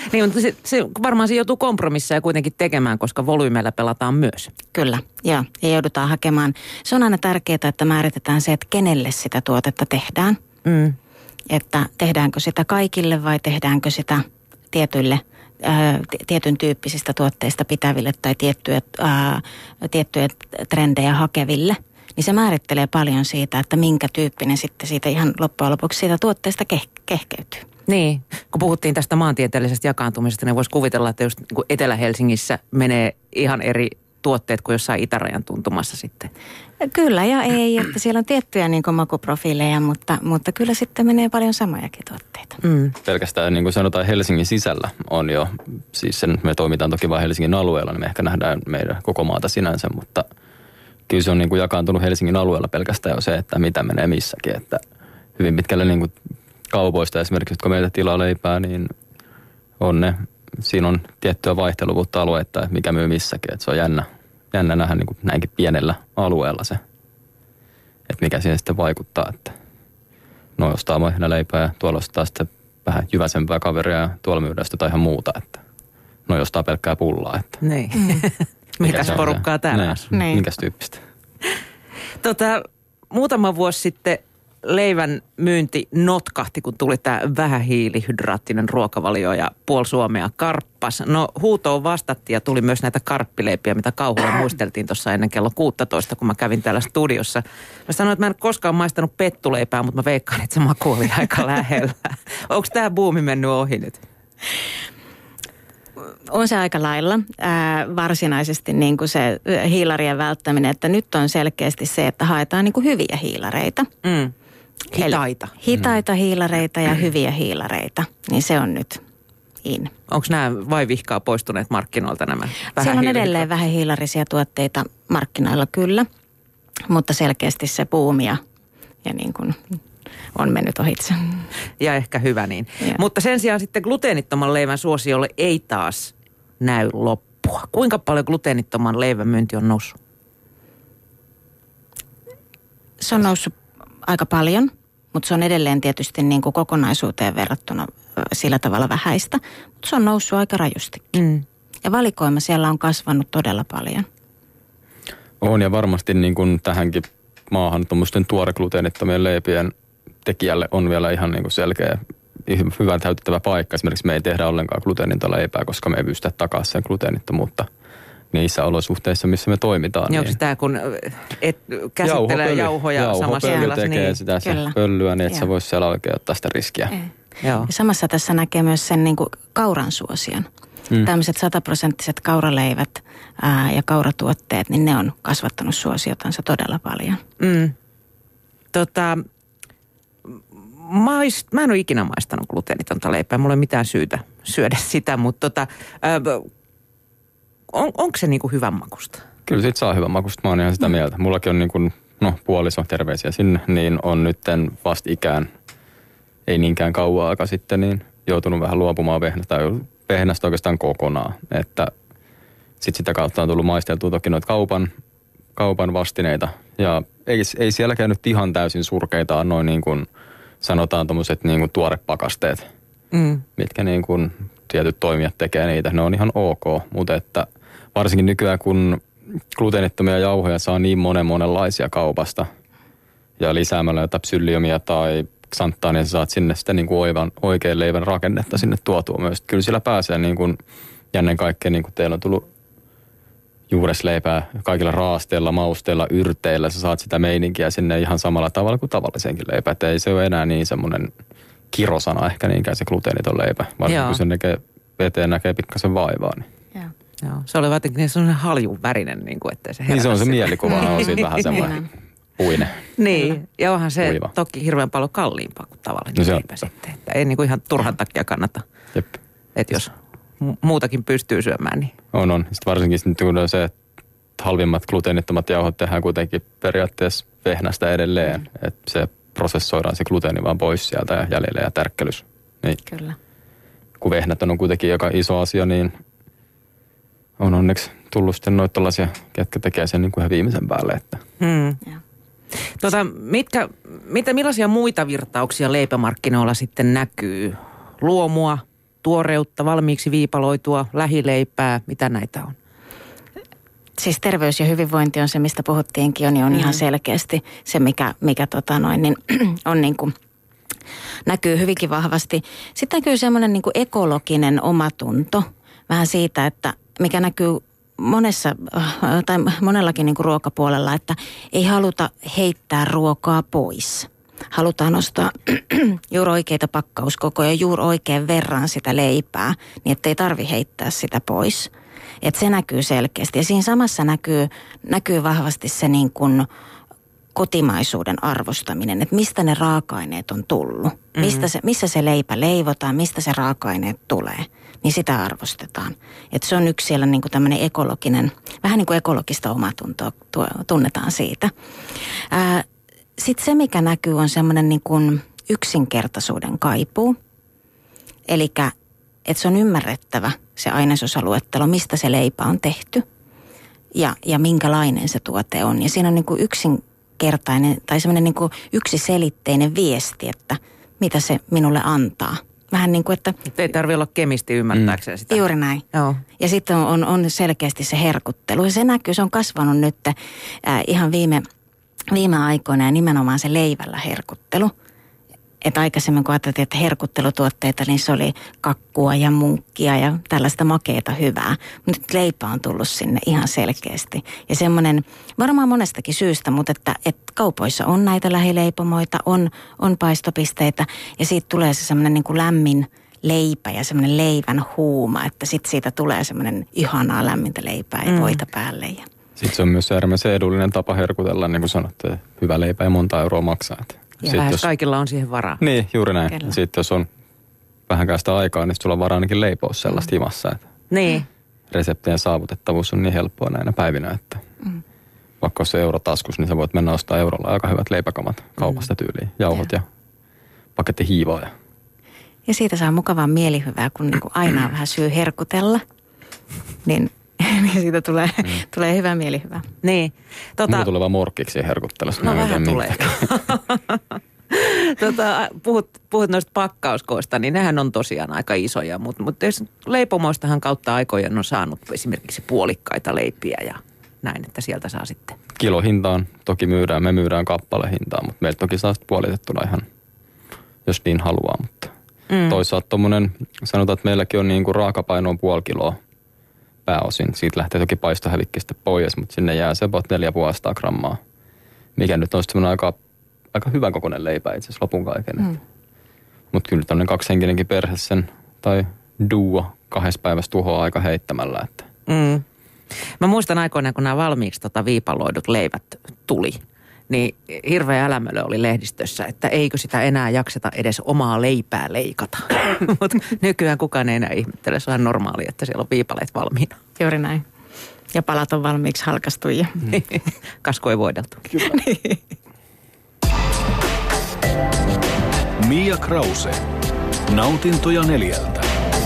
Niin, mutta se, se, varmaan se joutuu kompromisseja kuitenkin tekemään, koska volyymeilla pelataan myös. Kyllä, joo. Ja joudutaan hakemaan. Se on aina tärkeää, että määritetään se, että kenelle sitä tuotetta tehdään. Mm. Että tehdäänkö sitä kaikille vai tehdäänkö sitä tietyille, ää, tietyn tyyppisistä tuotteista pitäville tai tiettyjä, ää, tiettyjä trendejä hakeville. Niin se määrittelee paljon siitä, että minkä tyyppinen sitten siitä ihan loppujen lopuksi siitä tuotteesta keh- kehkeytyy. Niin, kun puhuttiin tästä maantieteellisestä jakaantumisesta, niin voisi kuvitella, että just niin Etelä-Helsingissä menee ihan eri tuotteet kuin jossain itärajan tuntumassa sitten. Kyllä ja ei, että siellä on tiettyjä niin kuin makuprofiileja, mutta, mutta kyllä sitten menee paljon samojakin tuotteita. Mm. Pelkästään niin kuin sanotaan Helsingin sisällä on jo, siis sen, me toimitaan toki vain Helsingin alueella, niin me ehkä nähdään meidän koko maata sinänsä, mutta kyllä se on niin kuin jakaantunut Helsingin alueella pelkästään jo se, että mitä menee missäkin, että hyvin pitkälle niin kuin kaupoista esimerkiksi, jotka meiltä tilaa leipää, niin on ne, siinä on tiettyä vaihteluvuutta alueita, että mikä myy missäkin, että se on jännä, jännä nähdä niin kuin näinkin pienellä alueella se, että mikä siihen sitten vaikuttaa, että no ostaa moihina leipää ja tuolla ostaa sitten vähän jyväsempää kaveria ja tuolla myydään sitten jotain ihan muuta, että no ostaa pelkkää pullaa, että Niin. Mm. Mitäs porukkaa täällä on? Niin. Minkäs tyyppistä? Tota, muutama vuosi sitten leivän myynti notkahti, kun tuli tämä vähähiilihydraattinen ruokavalio ja puoli Suomea karppas. No huutoon vastattiin ja tuli myös näitä karppileipiä, mitä kauhulla muisteltiin tuossa ennen kello kuusitoista, kun mä kävin täällä studiossa. Mä sanoin, että mä en koskaan maistanut pettuleipää, mutta mä veikkaan, että se maku oli aika lähellä. Onko tämä buumi mennyt ohi nyt? On se aika lailla ää, varsinaisesti niin kuin se hiilarien välttäminen, että nyt on selkeästi se, että haetaan niin kuin hyviä hiilareita. Mm. Hitaita. Eli hitaita hiilareita ja hyviä hiilareita, niin se on nyt in. Onko nämä vai vihkaa poistuneet markkinoilta nämä Siellä on edelleen vähän hiilarisia tuotteita markkinoilla kyllä, mutta selkeästi se buumi ja, ja niin kuin on mennyt ohitse. Ja ehkä hyvä niin. Ja. Mutta sen sijaan sitten gluteenittoman leivän suosiolle ei taas näy loppua. Kuinka paljon gluteenittoman leivän myynti on noussut? Se on noussut aika paljon, mutta se on edelleen tietysti niin kuin kokonaisuuteen verrattuna sillä tavalla vähäistä. Mutta se on noussut aika rajustikin. Mm. Ja valikoima siellä on kasvanut todella paljon. On ja varmasti niin kuin tähänkin maahan tuommoisten tuoregluteenittomien leipien tekijälle on vielä ihan niin kuin selkeä, hyvän täytettävä paikka. Esimerkiksi me ei tehdä ollenkaan gluteeninta leipää, koska me ei pystytä takaamaan sen gluteenittomuutta niissä olosuhteissa, missä me toimitaan. Niin onko tämä, kun et käsittelee jauhoja jauho, samassa tilassa? tilassa? Tekee Niin. sitä se Kyllä. pölyä, niin että Joo. sä vois siellä oikein ottaa sitä riskiä. Joo. Ja samassa tässä näkee myös sen niin kuin kauran suosion. Mm. Tämmöiset sataprosenttiset kauraleivät ää, ja kauratuotteet, niin ne on kasvattanut suosiotansa todella paljon. Mm. Tota, maist, mä en ole ikinä maistanut gluteenitonta leipää. Mulla ei ole mitään syytä syödä sitä, mutta tota, ää, on, onko se niinku hyvän makusta? Kyllä siitä saa hyvän makusta, mä oon ihan sitä mieltä. Mullakin on niin kuin, no puoliso, terveisiä sinne, niin on nytten vastikään, ei niinkään kauan aika sitten, niin joutunut vähän luopumaan vehnästä, tai vehnästä oikeastaan kokonaan. Että sitten sitä kautta on tullut maisteltua toki noita kaupan, kaupan vastineita. Ja ei, ei sielläkään nyt ihan täysin surkeita on noin niin kuin sanotaan tommoset niin kuin tuorepakasteet, mm. mitkä niin kuin tietyt toimijat tekee niitä. Ne on ihan ok, mutta että varsinkin nykyään kun gluteenittomia jauhoja saa niin monen monenlaisia kaupasta ja lisäämällä jotain psylliumia tai ksanttaa, niin sä saat sinne sitten niin kuin oivan, oikein leivän rakennetta sinne tuotua myös. Kyllä sillä pääsee niin kuin, ja ennen kaikkea niin kuin teillä on tullut juuresleipää kaikilla raasteilla, mausteilla, yrteillä. Sä saat sitä meininkiä sinne ihan samalla tavalla kuin tavallisenkin leipä. Että ei se ole enää niin semmoinen kirosana ehkä niinkään se gluteeniton leipä. Varsinkin kun se näkee, veteen näkee pikkasen vaivaa. Niin. Joo. Joo, se oli jotenkin sellainen haljun värinen, niin kuin, ettei se herätä. Niin se on se sitä. mielikuva, on siitä vähän semmoinen puine. Niin, ja onhan se Uiva. toki hirveän paljon kalliimpaa kuin tavallinen No se on leipä sitten. Että ei niin kuin ihan turhan takia kannata, Jep. että jos mu- muutakin pystyy syömään, niin... On, on. Sitten varsinkin sitten, kun on se, että halvimmat gluteenittomat jauhot tehdään kuitenkin periaatteessa vehnästä edelleen. Mm. Että se prosessoidaan se gluteeni vaan pois sieltä ja jäljellä ja tärkkelys. Niin. Kyllä. Kun vehnät on kuitenkin joka iso asia, niin on onneksi tullut sitten noita tällaisia, ketkä tekee sen niin kuin ihan viimeisen päälle. Että. Hmm. Joo. Tota, mitkä, mitä, millaisia muita virtauksia leipämarkkinoilla sitten näkyy? Luomua, tuoreutta, valmiiksi viipaloitua, lähileipää, mitä näitä on? Siis terveys ja hyvinvointi on se, mistä puhuttiinkin, on, on mm. ihan selkeästi se, mikä, mikä tota noin, niin, on niin kuin, näkyy hyvinkin vahvasti. Sitten näkyy semmoinen niin kuin ekologinen omatunto, vähän siitä, että mikä näkyy monessa tai monellakin niin kuin ruokapuolella, että ei haluta heittää ruokaa pois. Halutaan ostaa juuri oikeita pakkauskokoja, juuri oikein verran sitä leipää, niin ettei tarvi heittää sitä pois. Että se näkyy selkeästi. Ja siinä samassa näkyy, näkyy vahvasti se niin kuin kotimaisuuden arvostaminen, että mistä ne raaka-aineet on tullut. Mm-hmm. Mistä se, missä se leipä leivotaan, mistä se raaka-aineet tulee. Niin sitä arvostetaan. Että se on yksi siellä niin kuin tämmöinen ekologinen, vähän niin kuin ekologista omatuntoa tunnetaan siitä. Sitten se, mikä näkyy, on semmoinen niin kuin yksinkertaisuuden kaipuu. Elikkä, että se on ymmärrettävä se ainesosaluettelo, mistä se leipä on tehty ja, ja minkälainen se tuote on. Ja siinä on niin kuin yksinkertainen tai semmoinen niin kuin yksiselitteinen viesti, että mitä se minulle antaa. Vähän niin kuin, että... Ei tarvitse olla kemisti ymmärtääkseen sitä. Juuri näin. Joo. Ja sitten on, on selkeästi se herkuttelu. Ja se näkyy, se on kasvanut nyt äh, ihan viime, viime aikoina ja nimenomaan se leivällä herkuttelu. Että aikaisemmin kun ajatteltiin, että herkuttelutuotteita, niin se oli kakkua ja munkkia ja tällaista makeata hyvää. Mutta nyt leipä on tullut sinne ihan selkeästi. Ja semmoinen, varmaan monestakin syystä, mutta että, että kaupoissa on näitä lähileipomoita, on, on paistopisteitä ja siitä tulee se semmoinen niin kuin lämmin leipä ja semmoinen leivän huuma, että sitten siitä tulee semmoinen ihanaa lämmintä leipää ja mm. voita päälle. Ja... Sitten se on myös äärimmäisen edullinen tapa herkutella, niin kuin sanotte, hyvä leipä ei monta euroa maksaa. Ja lähes jos, kaikilla on siihen varaa. Niin, juuri näin. Kyllä. Sitten jos on vähänkään sitä aikaa, niin sulla on varaa ainakin leipoa sellaista mm. himassa. Että niin. Reseptien saavutettavuus on niin helppoa näinä päivinä, että mm. vaikka se euro taskus, niin sä voit mennä ostaa eurolla aika hyvät leipäkamat kaupasta mm. tyyliin. Jauhot ja, ja paketti hiivaa. Ja. ja siitä saa mukavaa mielihyvää, kun niinku aina on vähän syy herkutella, niin... niin siitä tulee, mm. tulee hyvä mielihyvä. Niin. Tota... Mulla tulee vaan morkkiksi herkuttelussa. No vähän tulee. tota, puhut, puhut noista pakkauskoista, niin nehän on tosiaan aika isoja. Mutta mut jos leipomoistahan kautta aikojen on saanut esimerkiksi puolikkaita leipiä ja näin, että sieltä saa sitten. Kilohintaan toki myydään, me myydään kappalehintaan, mutta meiltä toki saa sitten puolitettuna ihan, jos niin haluaa. Mutta mm. toisaalta tommonen, sanotaan, että meilläkin on niin kuin raakapaino on puoli kiloa. Pääosin. Siitä lähtee toki paistohävikkistä pois, mutta sinne jää se about neljä pilkku viisi grammaa. Mikä nyt on semmoinen aika, aika hyvän kokoinen leipä itse asiassa lopun kaiken. Mm. Mutta kyllä tämmöinen kaksihenkinenkin perhe sen, tai duo kahdessa päivässä tuhoaa aika heittämällä. Että. Mm. Mä muistan aikoinaan, kun nämä valmiiksi tota viipaloidut leivät tuli, niin hirveä älämölö oli lehdistössä, että eikö sitä enää jakseta edes omaa leipää leikata. Mutta nykyään kukaan ei enää ihmettele, se on normaali, että siellä on viipaleet valmiina. Juuri näin. Ja palat on valmiiksi halkastuja. Mm. Kasku ei voideltu. Kyllä. Mia Krause. Nautintoja neljältä.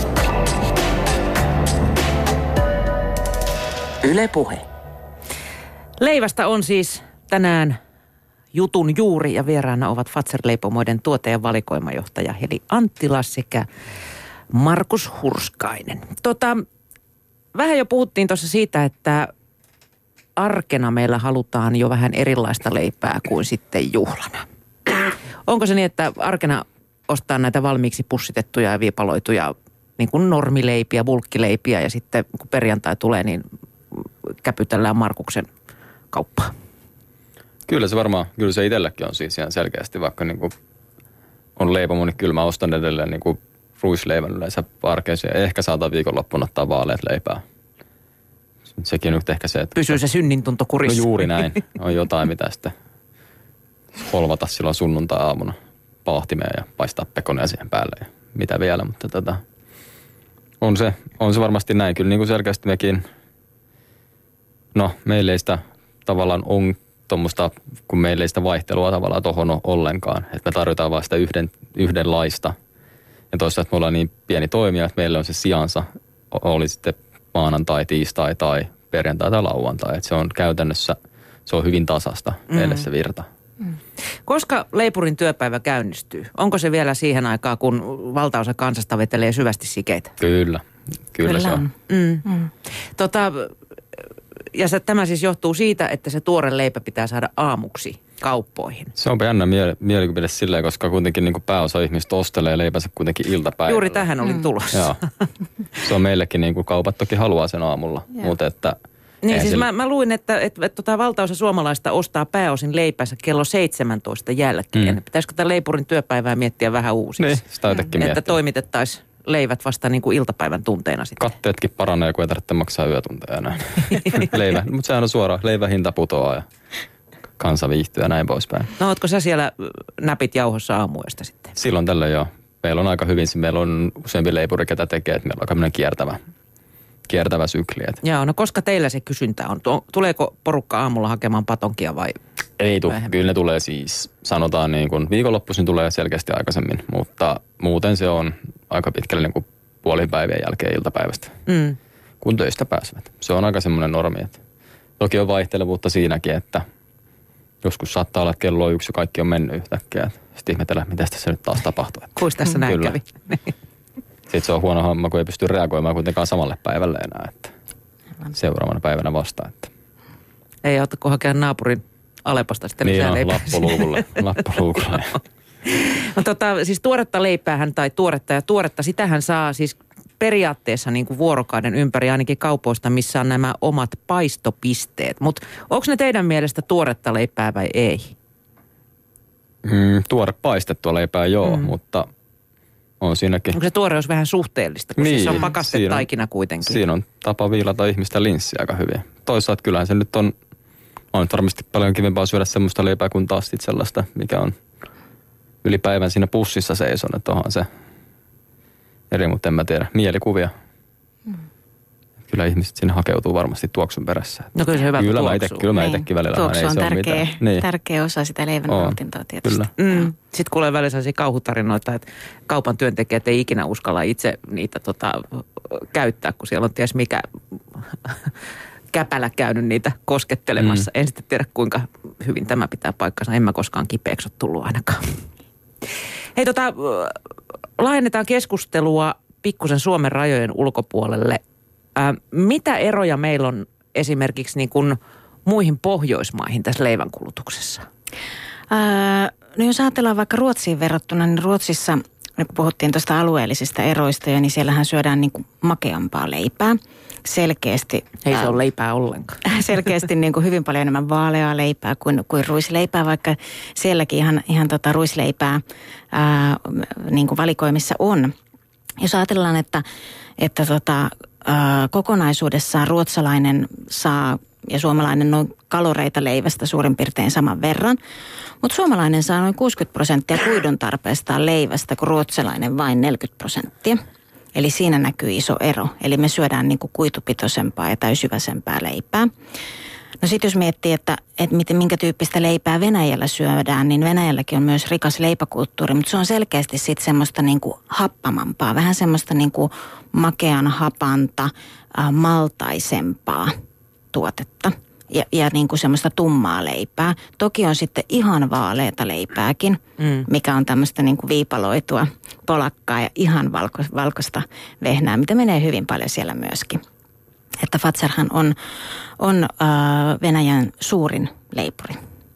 Yle Puhe. Leivästä on siis tänään jutun juuri ja vieraana ovat Fazer-leipomoiden tuote- ja valikoimajohtaja Heli Anttila sekä Markus Hurskainen. Tota, vähän jo puhuttiin tuossa siitä, että arkena meillä halutaan jo vähän erilaista leipää kuin sitten juhlana. Onko se niin, että arkena ostaa näitä valmiiksi pussitettuja ja viipaloituja niin kuin normileipiä, bulkkileipiä ja sitten kun perjantai tulee, niin käpytellään Markuksen kauppaa? Kyllä se varmaan, kyllä se itselläkin on siis ihan selkeästi, vaikka niin kuin on leipomo, niin kyllä mä ostan edelleen niin kuin ruisleivän yleensä arkeisia ja ehkä saatan viikonloppuna ottaa vaaleat leipää. Sekin on nyt ehkä se, että... Pysyy se synnintunto kurissa. No juuri näin. On jotain, mitä sitten holvata silloin sunnuntai-aamuna paahtimeen ja paistaa pekonia siihen päälle ja mitä vielä, mutta tota, on se, on se varmasti näin. Kyllä niin kuin selkeästi mekin, no meillä ei sitä tavallaan on tuommoista, kun meillä ei sitä vaihtelua tavallaan tohon ole ollenkaan. Että me tarjotaan vaan sitä yhden, yhdenlaista. Ja toisaalta me ollaan niin pieni toimija, että meillä on se sijansa, oli sitten maanantai, tiistai tai perjantai tai lauantai. Että se on käytännössä, se on hyvin tasasta meille se virta. Mm. Koska leipurin työpäivä käynnistyy? Onko se vielä siihen aikaan, kun valtaosa kansasta vetelee syvästi sikeitä? Kyllä, kyllä, kyllä se on. Mm. Mm. Tota, ja se, tämä siis johtuu siitä, että se tuore leipä pitää saada aamuksi kauppoihin. Se on jännä miele- mielikuville silleen, koska kuitenkin niin kuin pääosa ihmistä ostelee leipänsä kuitenkin iltapäivällä. Juuri tähän olin mm. tulossa. Joo. Se on meillekin, niin kuin kaupat toki haluaa sen aamulla, mutta että... Niin siis sillä... mä, mä luin, että, että, että tota valtaosa suomalaista ostaa pääosin leipänsä kello seitsemäntoista jälkeen. Mm. Pitäisikö tämän leipurin työpäivää miettiä vähän uusiksi? Niin, sitä jotenkin mm. miettiä. Että toimitettaisiin leivät vasta niin kuin iltapäivän tunteina sitten. Katteetkin paranee, kun ei tarvitse maksaa yötunteja näin. Leivä, mutta sehän on suoraan. Leivän hinta putoaa ja kansa viihtyy ja näin poispäin. No ootko sä siellä näpit jauhossa aamuista sitten? Silloin tällä joo. Meillä on aika hyvin, meillä on useampi leipuri, ketä tekee, että meillä on aika kiertävä, kiertävä sykli. Että. Joo, no koska teillä se kysyntä on? Tuleeko porukka aamulla hakemaan patonkia vai? Ei tule, kyllä ne tulee siis, sanotaan niin kuin viikonloppuisin tulee selkeästi aikaisemmin, mutta muuten se on aika pitkälle niin kuin puolin päivien jälkeen iltapäivästä, mm. kun töistä pääsevät. Se on aika semmoinen normi, että toki on vaihtelevuutta siinäkin, että joskus saattaa olla, että kello on yksi ja kaikki on mennyt yhtäkkiä. Sitten ihmetellään, mitä tässä nyt taas tapahtuu. Kuis tässä näin kyllä. kävi? Sitten se on huono homma, kun ei pysty reagoimaan kuitenkaan samalle päivälle enää, että seuraavana päivänä vasta. Että. Ei auta, hakea naapurin Aleposta sitten niin lisää leipää. lappuluukulle. lappuluukulle. No tota, siis tuoretta leipäähän tai tuoretta ja tuoretta, sitähän saa siis periaatteessa niin kuin vuorokauden ympäri ainakin kaupoista, missä on nämä omat paistopisteet. Mutta onko ne teidän mielestä tuoretta leipää vai ei? Mm, tuore paistettua leipää joo, mm. mutta on siinäkin. Onko se tuoreus vähän suhteellista, kun niin, se on pakastetaikina kuitenkin? Siinä on tapa viilata ihmistä linssiä aika hyvin. Toisaalta kyllähän se nyt on, on varmasti paljon kivempaa syödä semmoista leipää kuin taas sit sellaista, mikä on yli päivän siinä pussissa seison, että onhan se eri, mutta en mä tiedä, mielikuvia. Mm. Kyllä ihmiset sinne hakeutuu varmasti tuoksun perässä. No kyllä se hyvä kyllä tuoksuu. Mä ite, kyllä mä itsekin välillä. Tuoksu on ei tärkeä, niin. tärkeä osa sitä leivän nautintoa tietysti. Kyllä. Mm. Sitten kuulee välillä sellaisia kauhutarinoita, että kaupan työntekijät ei ikinä uskalla itse niitä tota, käyttää, kun siellä on ties mikä käpälä käynyt niitä koskettelemassa. Mm. En sitten tiedä, kuinka hyvin tämä pitää paikkansa. En mä koskaan kipeäksi ole tullut ainakaan. Hei tota, laajennetaan keskustelua pikkusen Suomen rajojen ulkopuolelle. Ää, mitä eroja meillä on esimerkiksi niin kuin muihin Pohjoismaihin tässä leivänkulutuksessa? Ää, no jos ajatellaan vaikka Ruotsiin verrattuna, niin Ruotsissa, kun puhuttiin tuosta alueellisista eroista, niin siellähän syödään niin kuin makeampaa leipää. Selkeästi. Ei se ole leipää ollenkaan. Selkeästi niin kuin hyvin paljon enemmän vaaleaa leipää kuin, kuin ruisleipää, vaikka sielläkin ihan, ihan tota ruisleipää ää, niin kuin valikoimissa on. Jos ajatellaan, että, että tota, ää, kokonaisuudessaan ruotsalainen saa ja suomalainen noin kaloreita leivästä suurin piirtein saman verran, mutta suomalainen saa noin kuusikymmentä prosenttia kuidun tarpeestaan leivästä, kun ruotsalainen vain neljäkymmentä prosenttia. Eli siinä näkyy iso ero. Eli me syödään niin kuin kuitupitoisempaa ja täysyväisempää leipää. No sitten jos miettii, että, että miten, minkä tyyppistä leipää Venäjällä syödään, niin Venäjälläkin on myös rikas leipäkulttuuri, mutta se on selkeästi sitten semmoista niin kuin happamampaa, vähän semmoista niin kuin makean hapanta, äh, maltaisempaa tuotetta. Ja, ja niin kuin semmoista tummaa leipää. Toki on sitten ihan vaaleita leipääkin, mm. mikä on tämmöistä niin kuin viipaloitua polakkaa ja ihan valko, valkoista vehnää, mitä menee hyvin paljon siellä myöskin. Että Fatzerhan on, on äh, Venäjän suurin leipuri.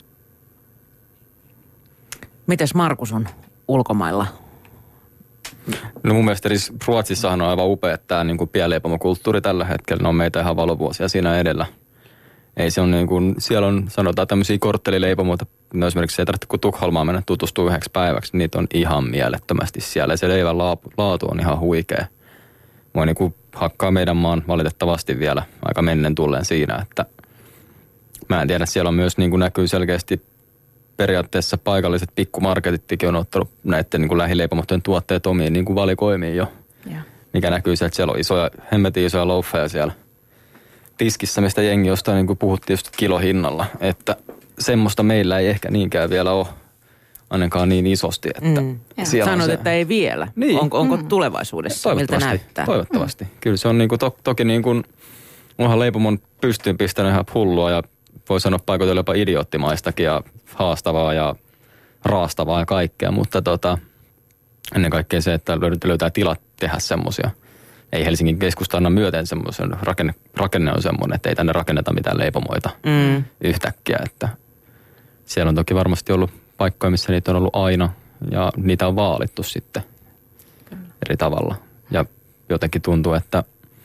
Mites Markus on ulkomailla? No mun mielestä Ruotsissahan on aivan upea tämä niin kuin pienleipomokulttuuri tällä hetkellä. Ne on meitä ihan valovuosia siinä edellä. Ei se on niin kuin, siellä on sanotaan tämmöisiä korttelileipomoita, no esimerkiksi ei tarvitse kun Tukholmaan mennä tutustua yhdeksi päiväksi, niitä on ihan mielettömästi siellä. Ja se leivän laatu on ihan huikea. Voi niin kuin hakkaa meidän maan valitettavasti vielä aika mennen tulleen siinä, että mä en tiedä, siellä on myös niin kuin näkyy selkeästi periaatteessa paikalliset pikkumarketittikin on ottanut näiden niin kuin lähileipomoiden tuotteet omiin niin kuin valikoimiin jo. Ja. Mikä näkyy sieltä, siellä on isoja, hemmetin isoja loufeja siellä tiskissä, mistä jengi jostain niin kuin puhuttiin just kilohinnalla, että semmoista meillä ei ehkä niinkään vielä ole, ainakaan niin isosti, että mm. Sanoit, se... että ei vielä. Niin. Onko, onko mm. tulevaisuudessa, miltä näyttää? Toivottavasti. Mm. Kyllä se on niin kuin to, toki niin kuin, onhan leipomon pystyyn pistänyt ihan hullua ja voi sanoa paikoitella jopa idioottimaistakin ja haastavaa ja raastavaa ja kaikkea, mutta tota, ennen kaikkea se, että löytää tilat tehdä semmoisia. Ei Helsingin keskusta anna myöten semmoisen, rakenne, rakenne on semmoinen, että ei tänne rakenneta mitään leipomoita mm. yhtäkkiä. Että siellä on toki varmasti ollut paikkoja, missä niitä on ollut aina ja niitä on vaalittu sitten eri tavalla. Ja jotenkin tuntuu, että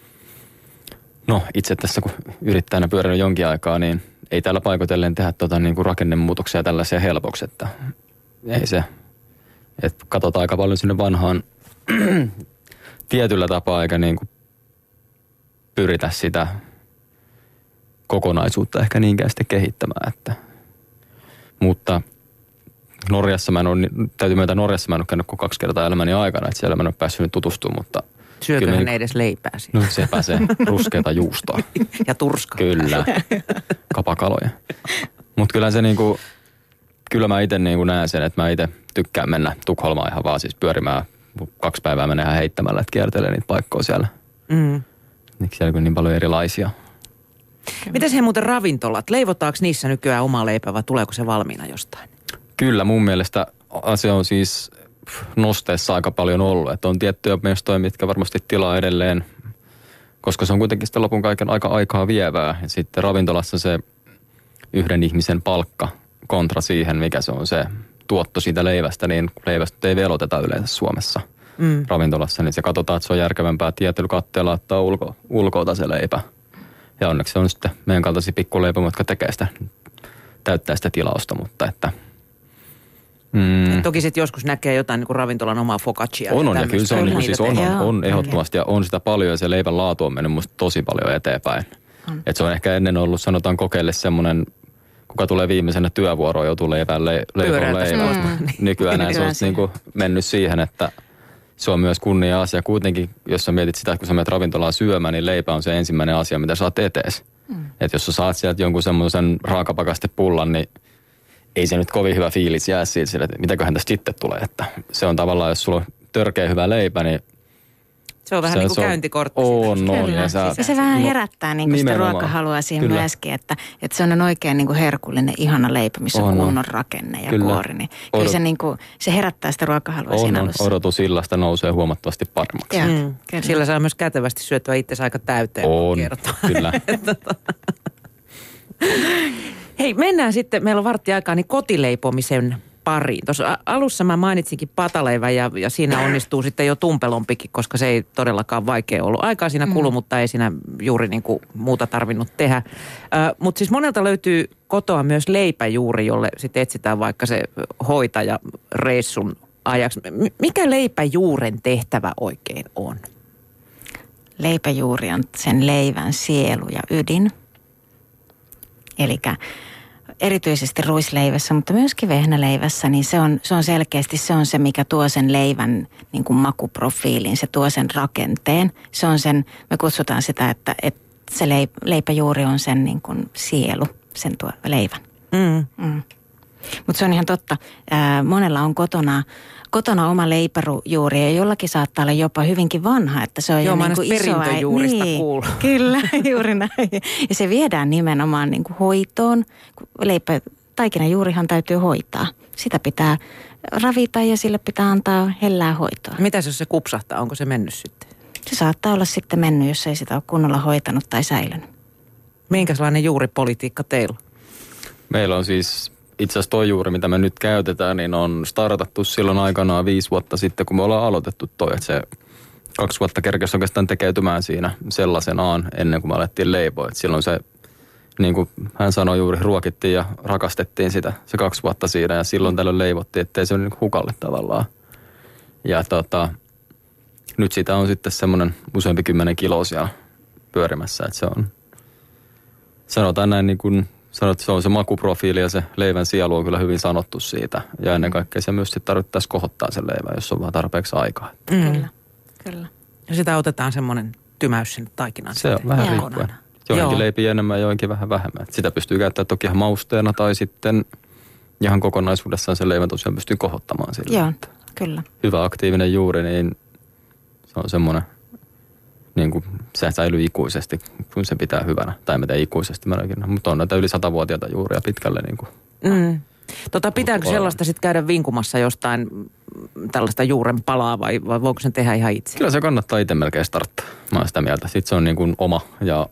no itse tässä kun yrittäjänä pyörinyt jonkin aikaa, niin ei täällä paikoitellen tehdä tota, niin kuin rakennemuutoksia tällaisia helpoksi, että ei se, että katsotaan aika paljon sinne vanhaan tietyllä tapaa, eikä niin kuin pyritä sitä kokonaisuutta ehkä niinkään sitten kehittämään, että mutta Norjassa mä en ole, täytyy myöntää, Norjassa mä en ole käynyt kuin kaksi kertaa elämäni aikana, että siellä mä en ole päässyt nyt tutustumaan, mutta syököhän ne niin, edes leipää siitä? No sepä se, ruskeata juustoa. Ja turskaa. Kyllä, kapakaloja. Mutta kyllä se niinku, kyllä mä itse niinku näen sen, että mä itse tykkään mennä Tukholmaan ihan vaan siis pyörimään. Kaksi päivää menee ihan heittämällä, että kiertelee niitä paikkoja siellä. Mm. Niin siellä on niin paljon erilaisia. Mitäs he muuten ravintolat? Leivotaanko niissä nykyään oma leipä vai tuleeko se valmiina jostain? Kyllä mun mielestä asia on siis nosteessa aika paljon ollut. Että on tiettyjä mestoja, mitkä varmasti tilaa edelleen, koska se on kuitenkin sitten lopun kaiken aika aikaa vievää. Ja sitten ravintolassa se yhden ihmisen palkka kontra siihen, mikä se on se tuotto siitä leivästä, niin leivästä ei veloteta yleensä Suomessa mm. ravintolassa. Niin se katsotaan, että se on järkevämpää tietyllä katteella ottaa ulko, ulkoota se leipä. Ja onneksi se on sitten meidän kaltaisia pikkuleipoja, jotka tekee sitä, täyttää sitä tilausta, mutta että Mm. Toki sitten joskus näkee jotain niin kuin ravintolan omaa focaccia. On, on ja kyllä se on, niin siis on, on, on ehdottomasti ja on sitä paljon ja se leivän laatu on mennyt musta tosi paljon eteenpäin. Että se on ehkä ennen ollut, sanotaan kokeille semmoinen, kuka tulee viimeisenä työvuoroon, joutuu leipään le, leipon leivää. Mm. Nykyään se on niin kuin mennyt siihen, että se on myös kunnia asia. Kuitenkin, jos sä mietit sitä, kun sä menet ravintolaan syömään, niin leipä on se ensimmäinen asia, mitä saat etees. Mm. Että jos sä saat sieltä jonkun semmoisen raakapakastepullan, niin ei se nyt kovin hyvä fiilis jää siitä, että mitäköhän tästä sitten tulee. Että se on tavallaan, jos sulla on törkeä hyvä leipä, niin se on vähän se, niin kuin käyntikortti. On, on. Ja, sä, ja se vähän herättää niin kuin sitä ruokahalua siihen kyllä. myöskin, että, että se on oikein niin kuin herkullinen, ihana leipä, missä on kunnon rakenne ja kyllä. kuori. Niin kyllä Odot... se, niin kuin, se herättää sitä ruokahalua on, siinä alussa. Odotusillasta nousee huomattavasti paremmaksi. Ja, mm, sillä saa myös kätevästi syötyä itsensä aika täyteen. On, kyllä. Hei, mennään sitten, meillä on vartti aikaa, niin kotileipomisen pariin. Tuossa alussa mä mainitsinkin pataleivän ja, ja siinä onnistuu sitten jo tumpelompikin, koska se ei todellakaan vaikea ollut. Aikaa siinä kulu, mm. mutta ei siinä juuri niin kuin muuta tarvinnut tehdä. Äh, mutta siis monelta löytyy kotoa myös leipäjuuri, jolle sitten etsitään vaikka se hoitaja reissun ajaksi. Mikä leipäjuuren tehtävä oikein on? Leipäjuuri on sen leivän sielu ja ydin. Elikkä erityisesti ruisleivässä, mutta myöskin vehnäleivässä, niin se on, se on selkeästi se on se, mikä tuo sen leivän niin kuin makuprofiilin, se tuo sen rakenteen. Se on sen, me kutsutaan sitä, että, että se leip, leipäjuuri on sen niin kuin sielu, sen tuo leivän. Mm. Mm. Mutta se on ihan totta. Ää, monella on kotona, kotona oma leipäjuuri ja jollakin saattaa olla jopa hyvinkin vanha, että se on joo, jo niin kuin isoa. Perintöjuurista niin, kuuluu. Kyllä, juuri näin. Ja se viedään nimenomaan niin kuin hoitoon. Leipä, taikinajuurihan täytyy hoitaa. Sitä pitää ravita ja sille pitää antaa hellää hoitoa. Mitäs jos se kupsahtaa? Onko se mennyt sitten? Se saattaa olla sitten mennyt, jos ei sitä ole kunnolla hoitanut tai säilynyt. Minkälainen juuripolitiikka teillä? Meillä on siis itse asiassa toi juuri, mitä me nyt käytetään, niin on startattu silloin aikanaan viisi vuotta sitten, kun me ollaan aloitettu toi. Että se kaksi vuotta kerkesi oikeastaan tekeytymään siinä sellaisenaan ennen kuin me alettiin leipoa. Että silloin se, niin kuin hän sanoi juuri, ruokittiin ja rakastettiin sitä se kaksi vuotta siinä. Ja silloin tällöin leivottiin, ettei se ole niin hukalle tavallaan. Ja tota, nyt sitä on sitten semmoinen useampi kymmenen kiloa siellä pyörimässä. Että se on, sanotaan näin niin kuin sanoit, että se on se makuprofiili ja se leivän sielu on kyllä hyvin sanottu siitä. Ja ennen kaikkea se myös sitten tarvittaisiin kohottaa sen leivän, jos on vaan tarpeeksi aikaa. Mm. Kyllä, kyllä. Ja sitä otetaan semmoinen tymäys sinne taikinaan. Se on vähän riippuen. Joihinkin leipii enemmän ja joihinkin vähän vähemmän. Sitä pystyy käyttämään toki ihan mausteena tai sitten ihan kokonaisuudessaan sen leivän tosiaan pystyy kohottamaan sillä. Joo, kyllä. Hyvä aktiivinen juuri, niin se on semmoinen, niin kuin se säilyy ikuisesti, kun se pitää hyvänä. Tai mitä ikuisesti mä näkin. Mutta on näitä yli satavuotiaita juuria pitkälle. Niin kuin. Mm. Tota, pitääkö sellaista sitten käydä vinkumassa jostain tällaista juuren palaa vai, vai voiko sen tehdä ihan itse? Kyllä se kannattaa itse melkein starttaa. Mä oon sitä mieltä. Sitten se on niin kuin oma ja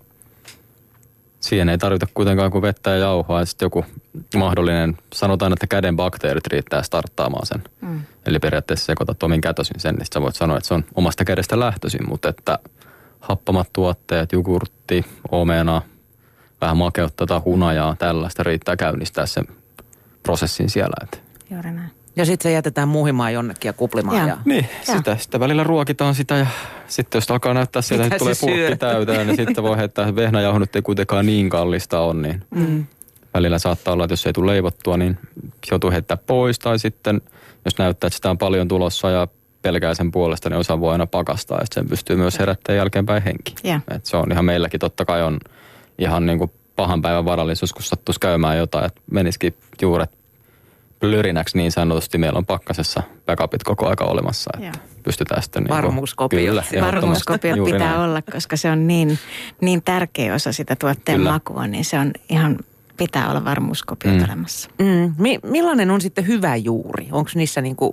siihen ei tarvita kuitenkaan kuin vettä ja jauhoa ja sitten joku mahdollinen, sanotaan, että käden bakteerit riittää starttaamaan sen. Mm. Eli periaatteessa sekoitat omin kätösin sen, niin sä voit sanoa, että se on omasta kädestä lähtöisin, mutta että happamat tuotteet, jogurtti, omena, vähän makeutta tai hunajaa, tällaista riittää käynnistää sen prosessin siellä. Että. Juuri näin. Ja sitten se jätetään muhimaan jonnekin ja kuplimaan. Ja. Ja... Niin, sitä, sitä välillä ruokitaan sitä ja sitten jos alkaa näyttää sieltä, että tulee purkki täyteen, niin sitten voi heittää, vehnäjauho nyt ei kuitenkaan niin kallista on, niin mm. välillä saattaa olla, että jos ei tule leivottua, niin joutuu heittää pois tai sitten jos näyttää, että sitä on paljon tulossa ja pelkää sen puolesta, niin osa voi aina pakastaa ja sen pystyy myös herättämään jälkeenpäin henki. Yeah. Et se on ihan meilläkin totta kai on ihan niin kuin pahan päivän varallisuus, kun sattuisi käymään jotain, että menisikin juuret plörinäksi niin sanotusti. Meillä on pakkasessa backupit koko aika olemassa, että yeah. pystytään sitten... Niin varmuuskopiot. Varmuuskopiot pitää näin. Olla, koska se on niin, niin tärkeä osa sitä tuotteen kyllä. makua, niin se on ihan... Pitää olla varmuuskopiot mm. olemassa. Mm. Mi- millainen on sitten hyvä juuri? Onko niissä niinku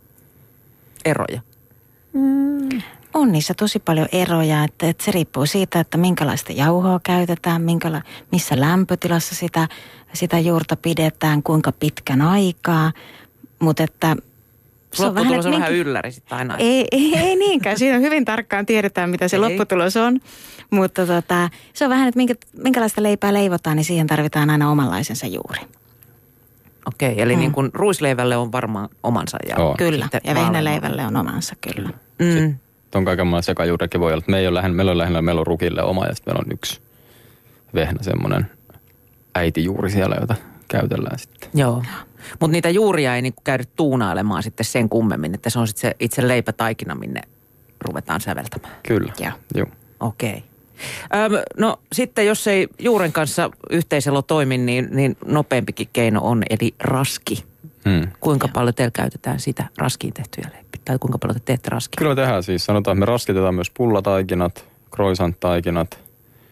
eroja? Mm. On niissä tosi paljon eroja, että, että se riippuu siitä, että minkälaista jauhoa käytetään, minkäla- missä lämpötilassa sitä, sitä juurta pidetään, kuinka pitkän aikaa, mutta että... Se on lopputulos on vähän ylläri sitten aina. Ei, ei, ei niinkään, siinä hyvin tarkkaan tiedetään, mitä se ei. lopputulos on, mutta tota, se on vähän, että minkä, minkälaista leipää leivotaan, niin siihen tarvitaan aina omanlaisensa juuri. Okei, eli mm. niin kuin ruisleivälle on varmaan omansa. Ja oh. Kyllä, ja vehnäleivälle on omansa, kyllä. Mm. Tuon kaikenlainen sekajuurikin voi olla, että me ei ole lähinnä, meillä on lähinnä, meillä on rukille oma ja sitten meillä on yksi vehnä, semmoinen äitijuuri siellä, jota käytellään sitten. Joo, mutta niitä juuria ei niinku käydä tuunailemaan sitten sen kummemmin, että se on sitten se itse leipätaikina, minne ruvetaan säveltämään. Kyllä, joo. Okei. Okay. No sitten jos ei juuren kanssa yhteiselo toimi, niin, niin nopeampikin keino on, eli raski. Hmm. Kuinka Joo. paljon teillä käytetään sitä raskiin tehtyjä leipiä? Tai kuinka paljon te teette raskia? Kyllä me tehdään siis. Sanotaan, että me raskitetaan myös pullataikinat, croissant-taikinat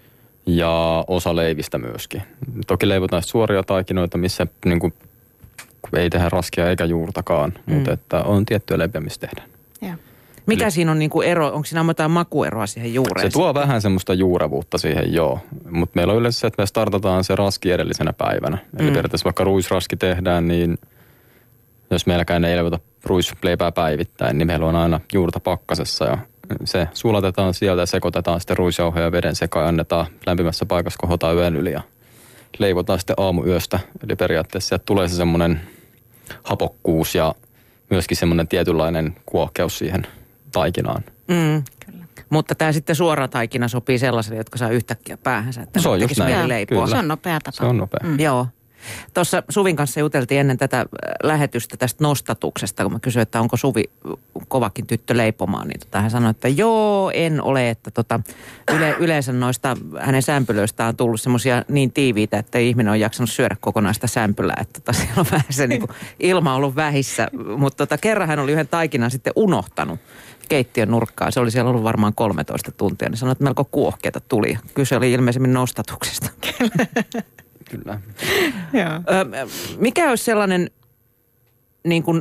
ja osa leivistä myöskin. Toki leivotaan suoria taikinoita, missä niin kuin, ei tehdä raskia eikä juurtakaan, hmm. mutta että on tiettyjä leipiä, missä tehdään. Joo. Mikä Eli, siinä on niinku ero? Onko siinä jotain makueroa siihen juureen? Se tuo vähän semmoista juurevuutta siihen, joo. Mutta meillä on yleensä se, että me startataan se raski edellisenä päivänä. Mm. Eli periaatteessa vaikka ruisraski tehdään, niin jos meilläkään ei leivota ruisleipää päivittäin, niin meillä on aina juurta pakkasessa. Ja se sulatetaan sieltä ja sekoitetaan sitten ruisjauhoja ja veden sekaan ja annetaan lämpimässä paikassa, kohotaan yön yli ja leivotaan sitten aamuyöstä. Eli periaatteessa sieltä tulee se semmoinen hapokkuus ja myöskin semmoinen tietynlainen kuohkeus siihen taikinaan. Mm. Kyllä. Mutta tämä sitten suora taikina sopii sellaisille, jotka saa yhtäkkiä päähänsä, että se on just näin. Leipoa. Se on nopea tapa. Se on nopea. Mm. Joo. Tuossa Suvin kanssa juteltiin ennen tätä lähetystä tästä nostatuksesta, kun mä kysyin, että onko Suvi kovakin tyttö leipomaan, niin tota, hän sanoi, että joo, en ole, että tota, yle, yleensä noista hänen sämpylöistään on tullut semmoisia niin tiiviitä, että ihminen on jaksanut syödä kokonaista sämpylää, että tota, siellä on vähän se niin kuin, ilma ollut vähissä, mutta tota, kerran hän oli yhden taikinan sitten unohtanut keittiön nurkkaan. Se oli siellä ollut varmaan kolmetoista tuntia, niin sanoi, että melko kuohkeita tuli. Kyse oli ilmeisemmin nostatuksesta. Kyllä. Ö, mikä olisi sellainen niin kuin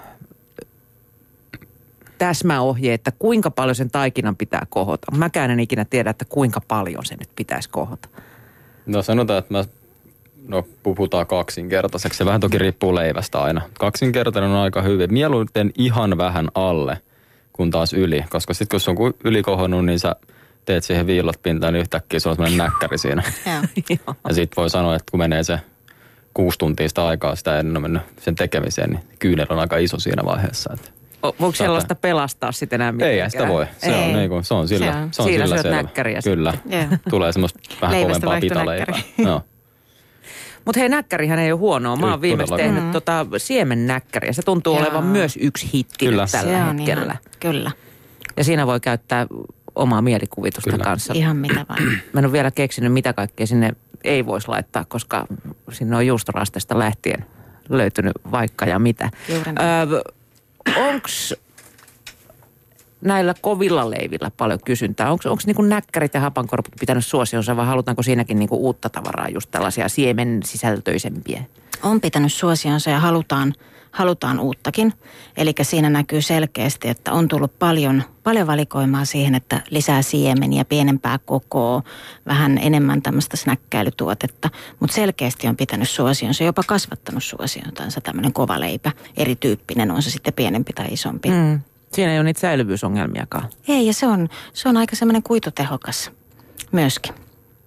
täsmäohje, että kuinka paljon sen taikinan pitää kohota? Mäkään en ikinä tiedä, että kuinka paljon se nyt pitäisi kohota. No sanotaan, että mä, no puhutaan kaksinkertaiseksi. Se vähän toki riippuu leivästä aina. Kaksinkertainen on aika hyvin. Mieluiten ihan vähän alle, kun taas yli. Koska sitten kun se on ylikohonnut, niin sä teet siihen viillot pintaan, niin yhtäkkiä se on semmoinen näkkäri siinä. Ja sitten voi sanoa, että kun menee se kuusi tuntia sitä aikaa, sitä ennen on mennyt sen tekemiseen, niin kyynel on aika iso siinä vaiheessa. Että o, voiko sellaista pelastaa sitten enää mitenkään? Ei sitä voi. Se on, niin kuin, se on sillä, se on, se on siinä sillä selvä. Näkkäriä kyllä. Sitten. Tulee semmoista vähän kovempaa pitaleipää. No. Mutta hei, näkkärihän ei ole huonoa. Mä oon viimeksi tehnyt mm. tota siemennäkkäriä. Se tuntuu Jaa. olevan myös yksi hitti kyllä. tällä se hetkellä. Ihan, kyllä. Ja siinä voi käyttää omaa mielikuvitusta kyllä. kanssa. Ihan mitä vain. Mä en ole vielä keksinyt, mitä kaikkea sinne ei voisi laittaa, koska sinne on juustorastesta lähtien löytynyt vaikka ja mitä. Öö, onks näillä kovilla leivillä paljon kysyntää? Onko niinku näkkärit ja hapankorput pitänyt suosionsa vai halutaanko siinäkin niinku uutta tavaraa, just tällaisia siemen sisältöisempiä? On pitänyt suosionsa ja halutaan, halutaan uuttakin. Eli siinä näkyy selkeästi, että on tullut paljon, paljon valikoimaa siihen, että lisää siemeniä, pienempää kokoa, vähän enemmän tämmöistä snäkkäilytuotetta. Mutta selkeästi on pitänyt suosionsa, jopa kasvattanut suosiontansa tämmöinen kova leipä, erityyppinen, on se sitten pienempi tai isompi. Mm. Siinä ei ole niitä säilyvyysongelmiakaan. Ei, ja se on, se on aika semmoinen kuitutehokas myöskin.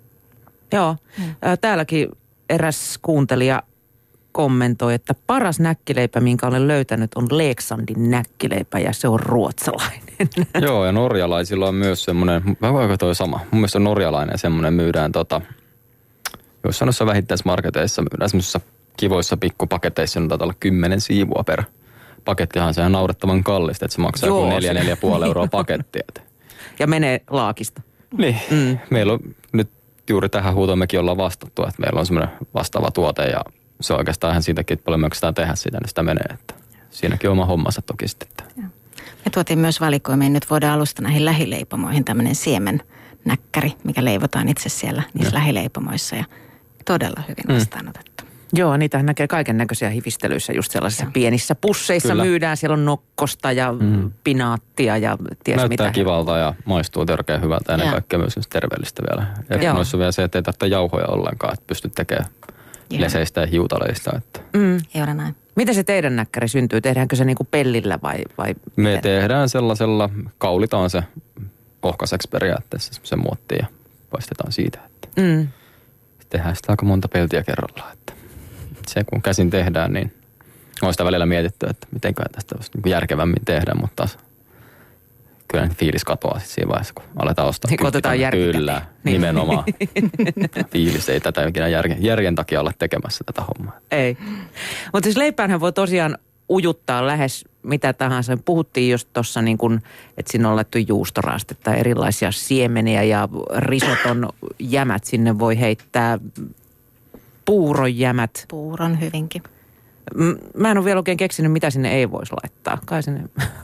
Joo, mm. täälläkin eräs kuuntelija kommentoi, että paras näkkileipä, minkä olen löytänyt, on Leksandin näkkileipä ja se on ruotsalainen. Joo, ja norjalaisilla on myös semmoinen, voiko toi sama? Mun mielestä on norjalainen semmoinen, myydään tota, joissain noissa vähittäismarketeissa, myydään semmoisissa kivoissa pikkupaketeissa, on taitaa olla kymmenen siivua per pakettihan. Se on naurettavan kallista, että se maksaa Joo, kuin neljä, se... neljä puoli euroa paketti. Ja menee laakista. Niin, mm. meillä on nyt juuri tähän huutoon mekin ollaan vastattu, että meillä on semmoinen vastaava tuote ja se on oikeastaan ihan siitäkin, että paljon me oikeastaan tehdä sitä, niin sitä menee. Että siinäkin on oma hommansa toki sitten. Me tuotiin myös valikoimiin nyt vuoden alusta näihin lähileipomoihin tämmöinen siemennäkkäri, mikä leivotaan itse siellä niissä ja. lähileipomoissa ja todella hyvin vastaanotettu. Mm. Joo, niitähän näkee kaiken näköisiä hifistelyissä, just sellaisissa Joo. pienissä pusseissa Kyllä. myydään. Siellä on nokkosta ja mm. pinaattia ja ties Näyttää mitä. Näyttää kivalta ja maistuu törkeän hyvältä ja ennen kaikkea myös terveellistä vielä. Ja noissa on vielä se, että ei tarvitse jauhoja ollenkaan, että pystyt tekemään Joo. leseistä ja hiutaleista. Että. Mm. Juuri näin. Miten se teidän näkkäri syntyy? Tehdäänkö se niinku pellillä vai, vai Me miten? tehdään sellaisella, kaulitaan se ohkaiseksi periaatteessa se muottiin ja paistetaan siitä. Että. Mm. Tehdään sitä aika monta peltiä kerrallaan, että. Se kun käsin tehdään, niin on sitä välillä mietitty, että mitenköhän tästä olisi niin järkevämmin tehdä, mutta taas kyllä nyt fiilis katoaa sitten siinä vaiheessa, kun aletaan ostaa. Niin otetaan järki. Kyllä, niin. nimenomaan. Fiilis ei tätä ikinä järjen, järjen takia olla tekemässä tätä hommaa. Ei. Mutta siis leipäänhän voi tosiaan ujuttaa lähes mitä tahansa. Puhuttiin just tuossa niin kuin, että siinä on laittu juustoraastetta, erilaisia siemeniä ja risoton jämät sinne voi heittää. Puuron jämät. Puuron hyvinkin. Mä en ole vielä oikein keksinyt, mitä sinne ei voisi laittaa. Kai sinne...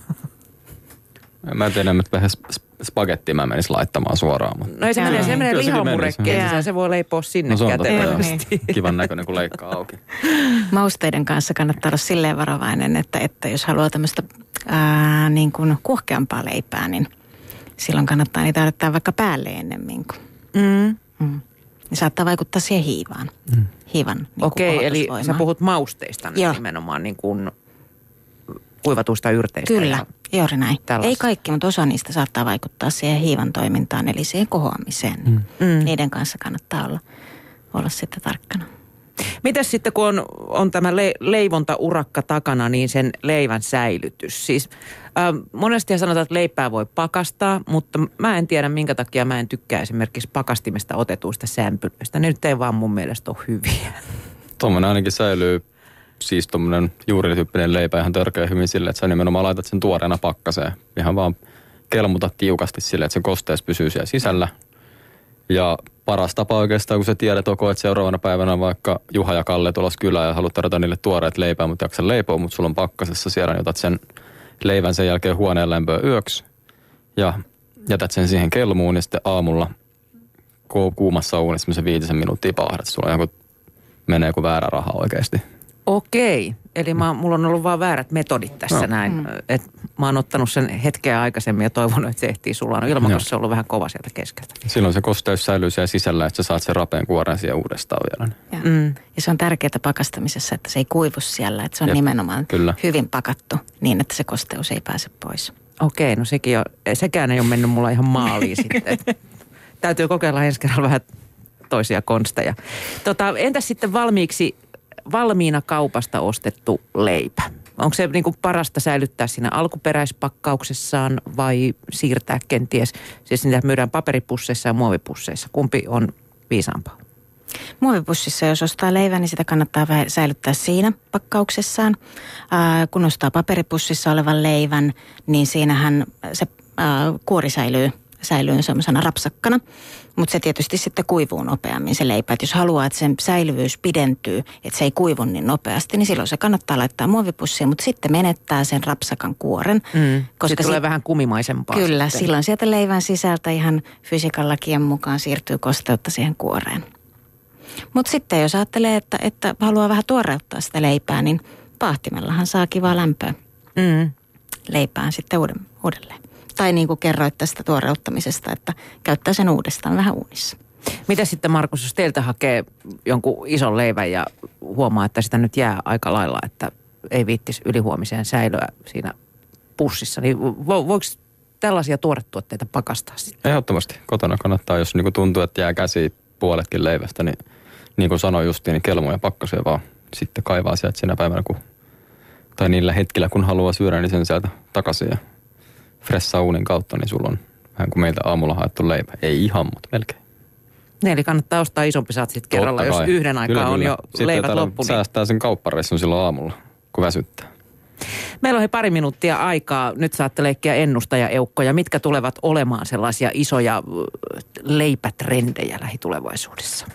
Mä en tiedä, että vähän spagettia mä menisin laittamaan suoraan. Mutta... No ei se Jaa. menee, se menee lihamurekkeen. Se voi leipoa sinne no, kätevästi. Kivan näköinen, kun leikkaa auki. Mausteiden kanssa kannattaa olla silleen varovainen, että, että jos haluaa tämmöistä ää, niin kuin kuhkeampaa leipää, niin silloin kannattaa niitä laittaa vaikka päälle ennemmin. Mm. Mm. Niin saattaa vaikuttaa siihen hiivaan. Mm. Hiivan niin Okei, eli sä puhut mausteista nimenomaan niin kuin kuivatuista yrteistä. Kyllä, juuri näin. Tällaista. Ei kaikki, mutta osa niistä saattaa vaikuttaa siihen hiivan toimintaan, eli siihen kohoamiseen. Mm. Mm. Niiden kanssa kannattaa olla, olla sitten tarkkana. Mitäs sitten, kun on, on tämä le, leivontaurakka takana, niin sen leivän säilytys? Siis äh, monesti sanotaan, että leipää voi pakastaa, mutta mä en tiedä, minkä takia mä en tykkää esimerkiksi pakastimesta otetuista sämpylöistä. Ne nyt ei vaan mun mielestä ole hyviä. Tuommoinen ainakin säilyy, siis tuommoinen juurityyppinen leipä ihan törkeä hyvin sille, että sä nimenomaan laitat sen tuoreena pakkaseen. Ihan vaan kelmutat tiukasti sille, että se kosteus pysyy siellä sisällä. Ja paras tapa oikeastaan, kun sä tiedät, okay, että seuraavana päivänä vaikka Juha ja Kalle tulos kylään ja haluat tarjota niille tuoreet leipää, mutta jaksa leipoa, mutta sulla on pakkasessa siellä, niin otat sen leivän sen jälkeen huoneen lämpöä yöksi ja jätät sen siihen kelmuun ja sitten aamulla kuumassa uunissa se viitisen minuuttia paahdat. Sulla on joku, menee joku väärä raha oikeasti. Okei, eli mä, mulla on ollut vaan väärät metodit tässä no. näin. Mm. Et mä oon ottanut sen hetkeä aikaisemmin ja toivonut, että se ehtii sulaa. No ilman, koska se on ollut vähän kova sieltä keskeltä. Silloin se kosteus säilyy siellä sisällä, että sä saat sen rapeen kuoren siihen uudestaan vielä. Ja, mm. ja se on tärkeää pakastamisessa, että se ei kuivu siellä. Että se on Jep. nimenomaan Kyllä. hyvin pakattu niin, että se kosteus ei pääse pois. Okei, no sekin on, sekään ei ole mennyt mulla ihan maaliin sitten. Täytyy kokeilla ensi kerralla vähän toisia konsteja. Tota, entäs sitten valmiiksi... valmiina kaupasta ostettu leipä. Onko se niin kuin parasta säilyttää siinä alkuperäispakkauksessaan vai siirtää kenties? Siis niitä myydään paperipusseissa ja muovipusseissa. Kumpi on viisaampaa? Muovipussissa, jos ostaa leivän, niin sitä kannattaa säilyttää siinä pakkauksessaan. Ää, kun ostaa paperipussissa olevan leivän, niin siinähän se ää, kuori säilyy, säilyy semmoisena rapsakkana. Mutta se tietysti sitten kuivuu nopeammin se leipä. Et jos haluaa, että sen säilyvyys pidentyy, että se ei kuivu niin nopeasti, niin silloin se kannattaa laittaa muovipussiin, mutta sitten menettää sen rapsakan kuoren. Mm. Koska sitten tulee si- vähän kumimaisempaa. Kyllä, sitten. Silloin sieltä leivän sisältä ihan fysiikan lakien mukaan siirtyy kosteutta siihen kuoreen. Mutta sitten jos ajattelee, että, että haluaa vähän tuoreuttaa sitä leipää, niin paahtimellahan saa kivaa lämpöä Mm. leipään sitten uuden, uudelleen. Tai niin kuin kerroit tästä tuoreuttamisesta, että käyttää sen uudestaan vähän uunissa. Mitä sitten, Markus, jos teiltä hakee jonkun ison leivän ja huomaa, että sitä nyt jää aika lailla, että ei viittisi ylihuomiseen säilöä siinä pussissa, niin vo, voiko tällaisia tuoretuotteita pakastaa sitten? Ehdottomasti. Kotona kannattaa, jos niinku tuntuu, että jää käsiin puoletkin leivästä, niin niin kuin sanoin justiin, niin kelmuja pakkaseen vaan sitten kaivaa sieltä sinä päivänä, kun, tai niillä hetkillä, kun haluaa syödä, niin sen sieltä takaisin ja fressaa uunin kautta, niin sulla on vähän kuin meiltä aamulla haettu leipä. Ei ihan, mutta melkein. Ne, eli kannattaa ostaa isompi saat sitten kerralla, jos yhden aikaa kyllä, on kyllä. jo sitten leivät loppu. Sitten säästää sen kauppareissun silloin aamulla, kun väsyttää. Meillä on he pari minuuttia aikaa. Nyt saatte leikkiä ennustaja-eukkoja. Mitkä tulevat olemaan sellaisia isoja leipätrendejä lähitulevaisuudessa?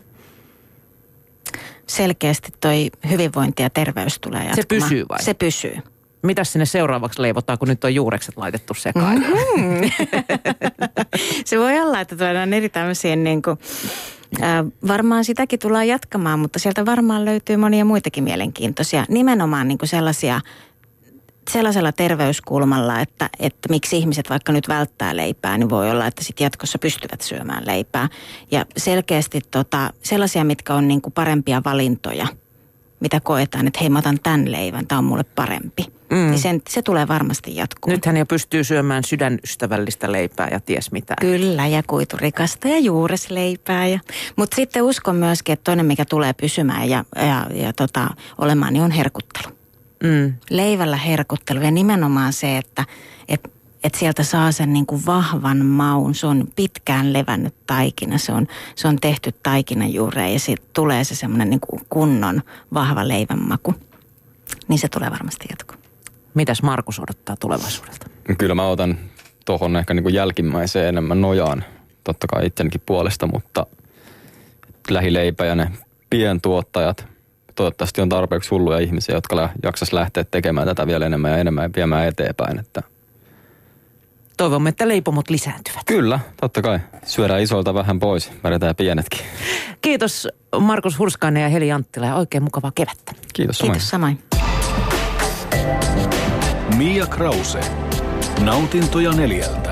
Selkeästi toi hyvinvointi ja terveys tulee jatkumaan. Se pysyy vai? Se pysyy. Mitäs sinne seuraavaksi leivotaan, kun nyt on juurekset laitettu sekaan? Mm-hmm. Se voi olla, että tuodaan eri tämmöisiä niin kuin, äh, varmaan sitäkin tullaan jatkamaan, mutta sieltä varmaan löytyy monia muitakin mielenkiintoisia. Nimenomaan niin kuin sellaisia, sellaisella terveyskulmalla, että, että miksi ihmiset vaikka nyt välttää leipää, niin voi olla, että sitten jatkossa pystyvät syömään leipää. Ja selkeästi tota, sellaisia, mitkä on niin kuin parempia valintoja, mitä koetaan, että hei, mä otan tämän leivän, tämä on mulle parempi. Mm. Niin sen, se tulee varmasti jatkumaan. Nythän jo pystyy syömään sydänystävällistä leipää ja ties mitä. Kyllä, ja kuiturikasta ja juuresleipää. Ja, mutta sitten uskon myöskin, että toinen, mikä tulee pysymään ja, ja, ja tota, olemaan, niin on herkuttelu. Mm. Leivällä herkuttelu ja nimenomaan se, että et, et sieltä saa sen niin kuin vahvan maun. Se on pitkään levännyt taikina, se on, se on tehty taikinan juureen ja siitä tulee se semmoinen niin kuin kunnon vahva leivän maku. Niin se tulee varmasti jatkumaan. Mitäs Markus odottaa tulevaisuudelta? Kyllä mä otan tuohon ehkä niin kuin jälkimmäiseen enemmän nojaan, totta kai itsenikin puolesta, mutta lähileipä ja ne pientuottajat, toivottavasti on tarpeeksi hulluja ihmisiä, jotka jaksas lähteä tekemään tätä vielä enemmän ja enemmän ja viemään eteenpäin. Että toivomme, että leipomot lisääntyvät. Kyllä, totta kai. Syödään isolta vähän pois, vedetään pienetkin. Kiitos Markus Hurskainen ja Heli Anttila ja oikein mukavaa kevättä. Kiitos samoin. Kiitos samoin. Mia Krause. Nautintoja neljältä.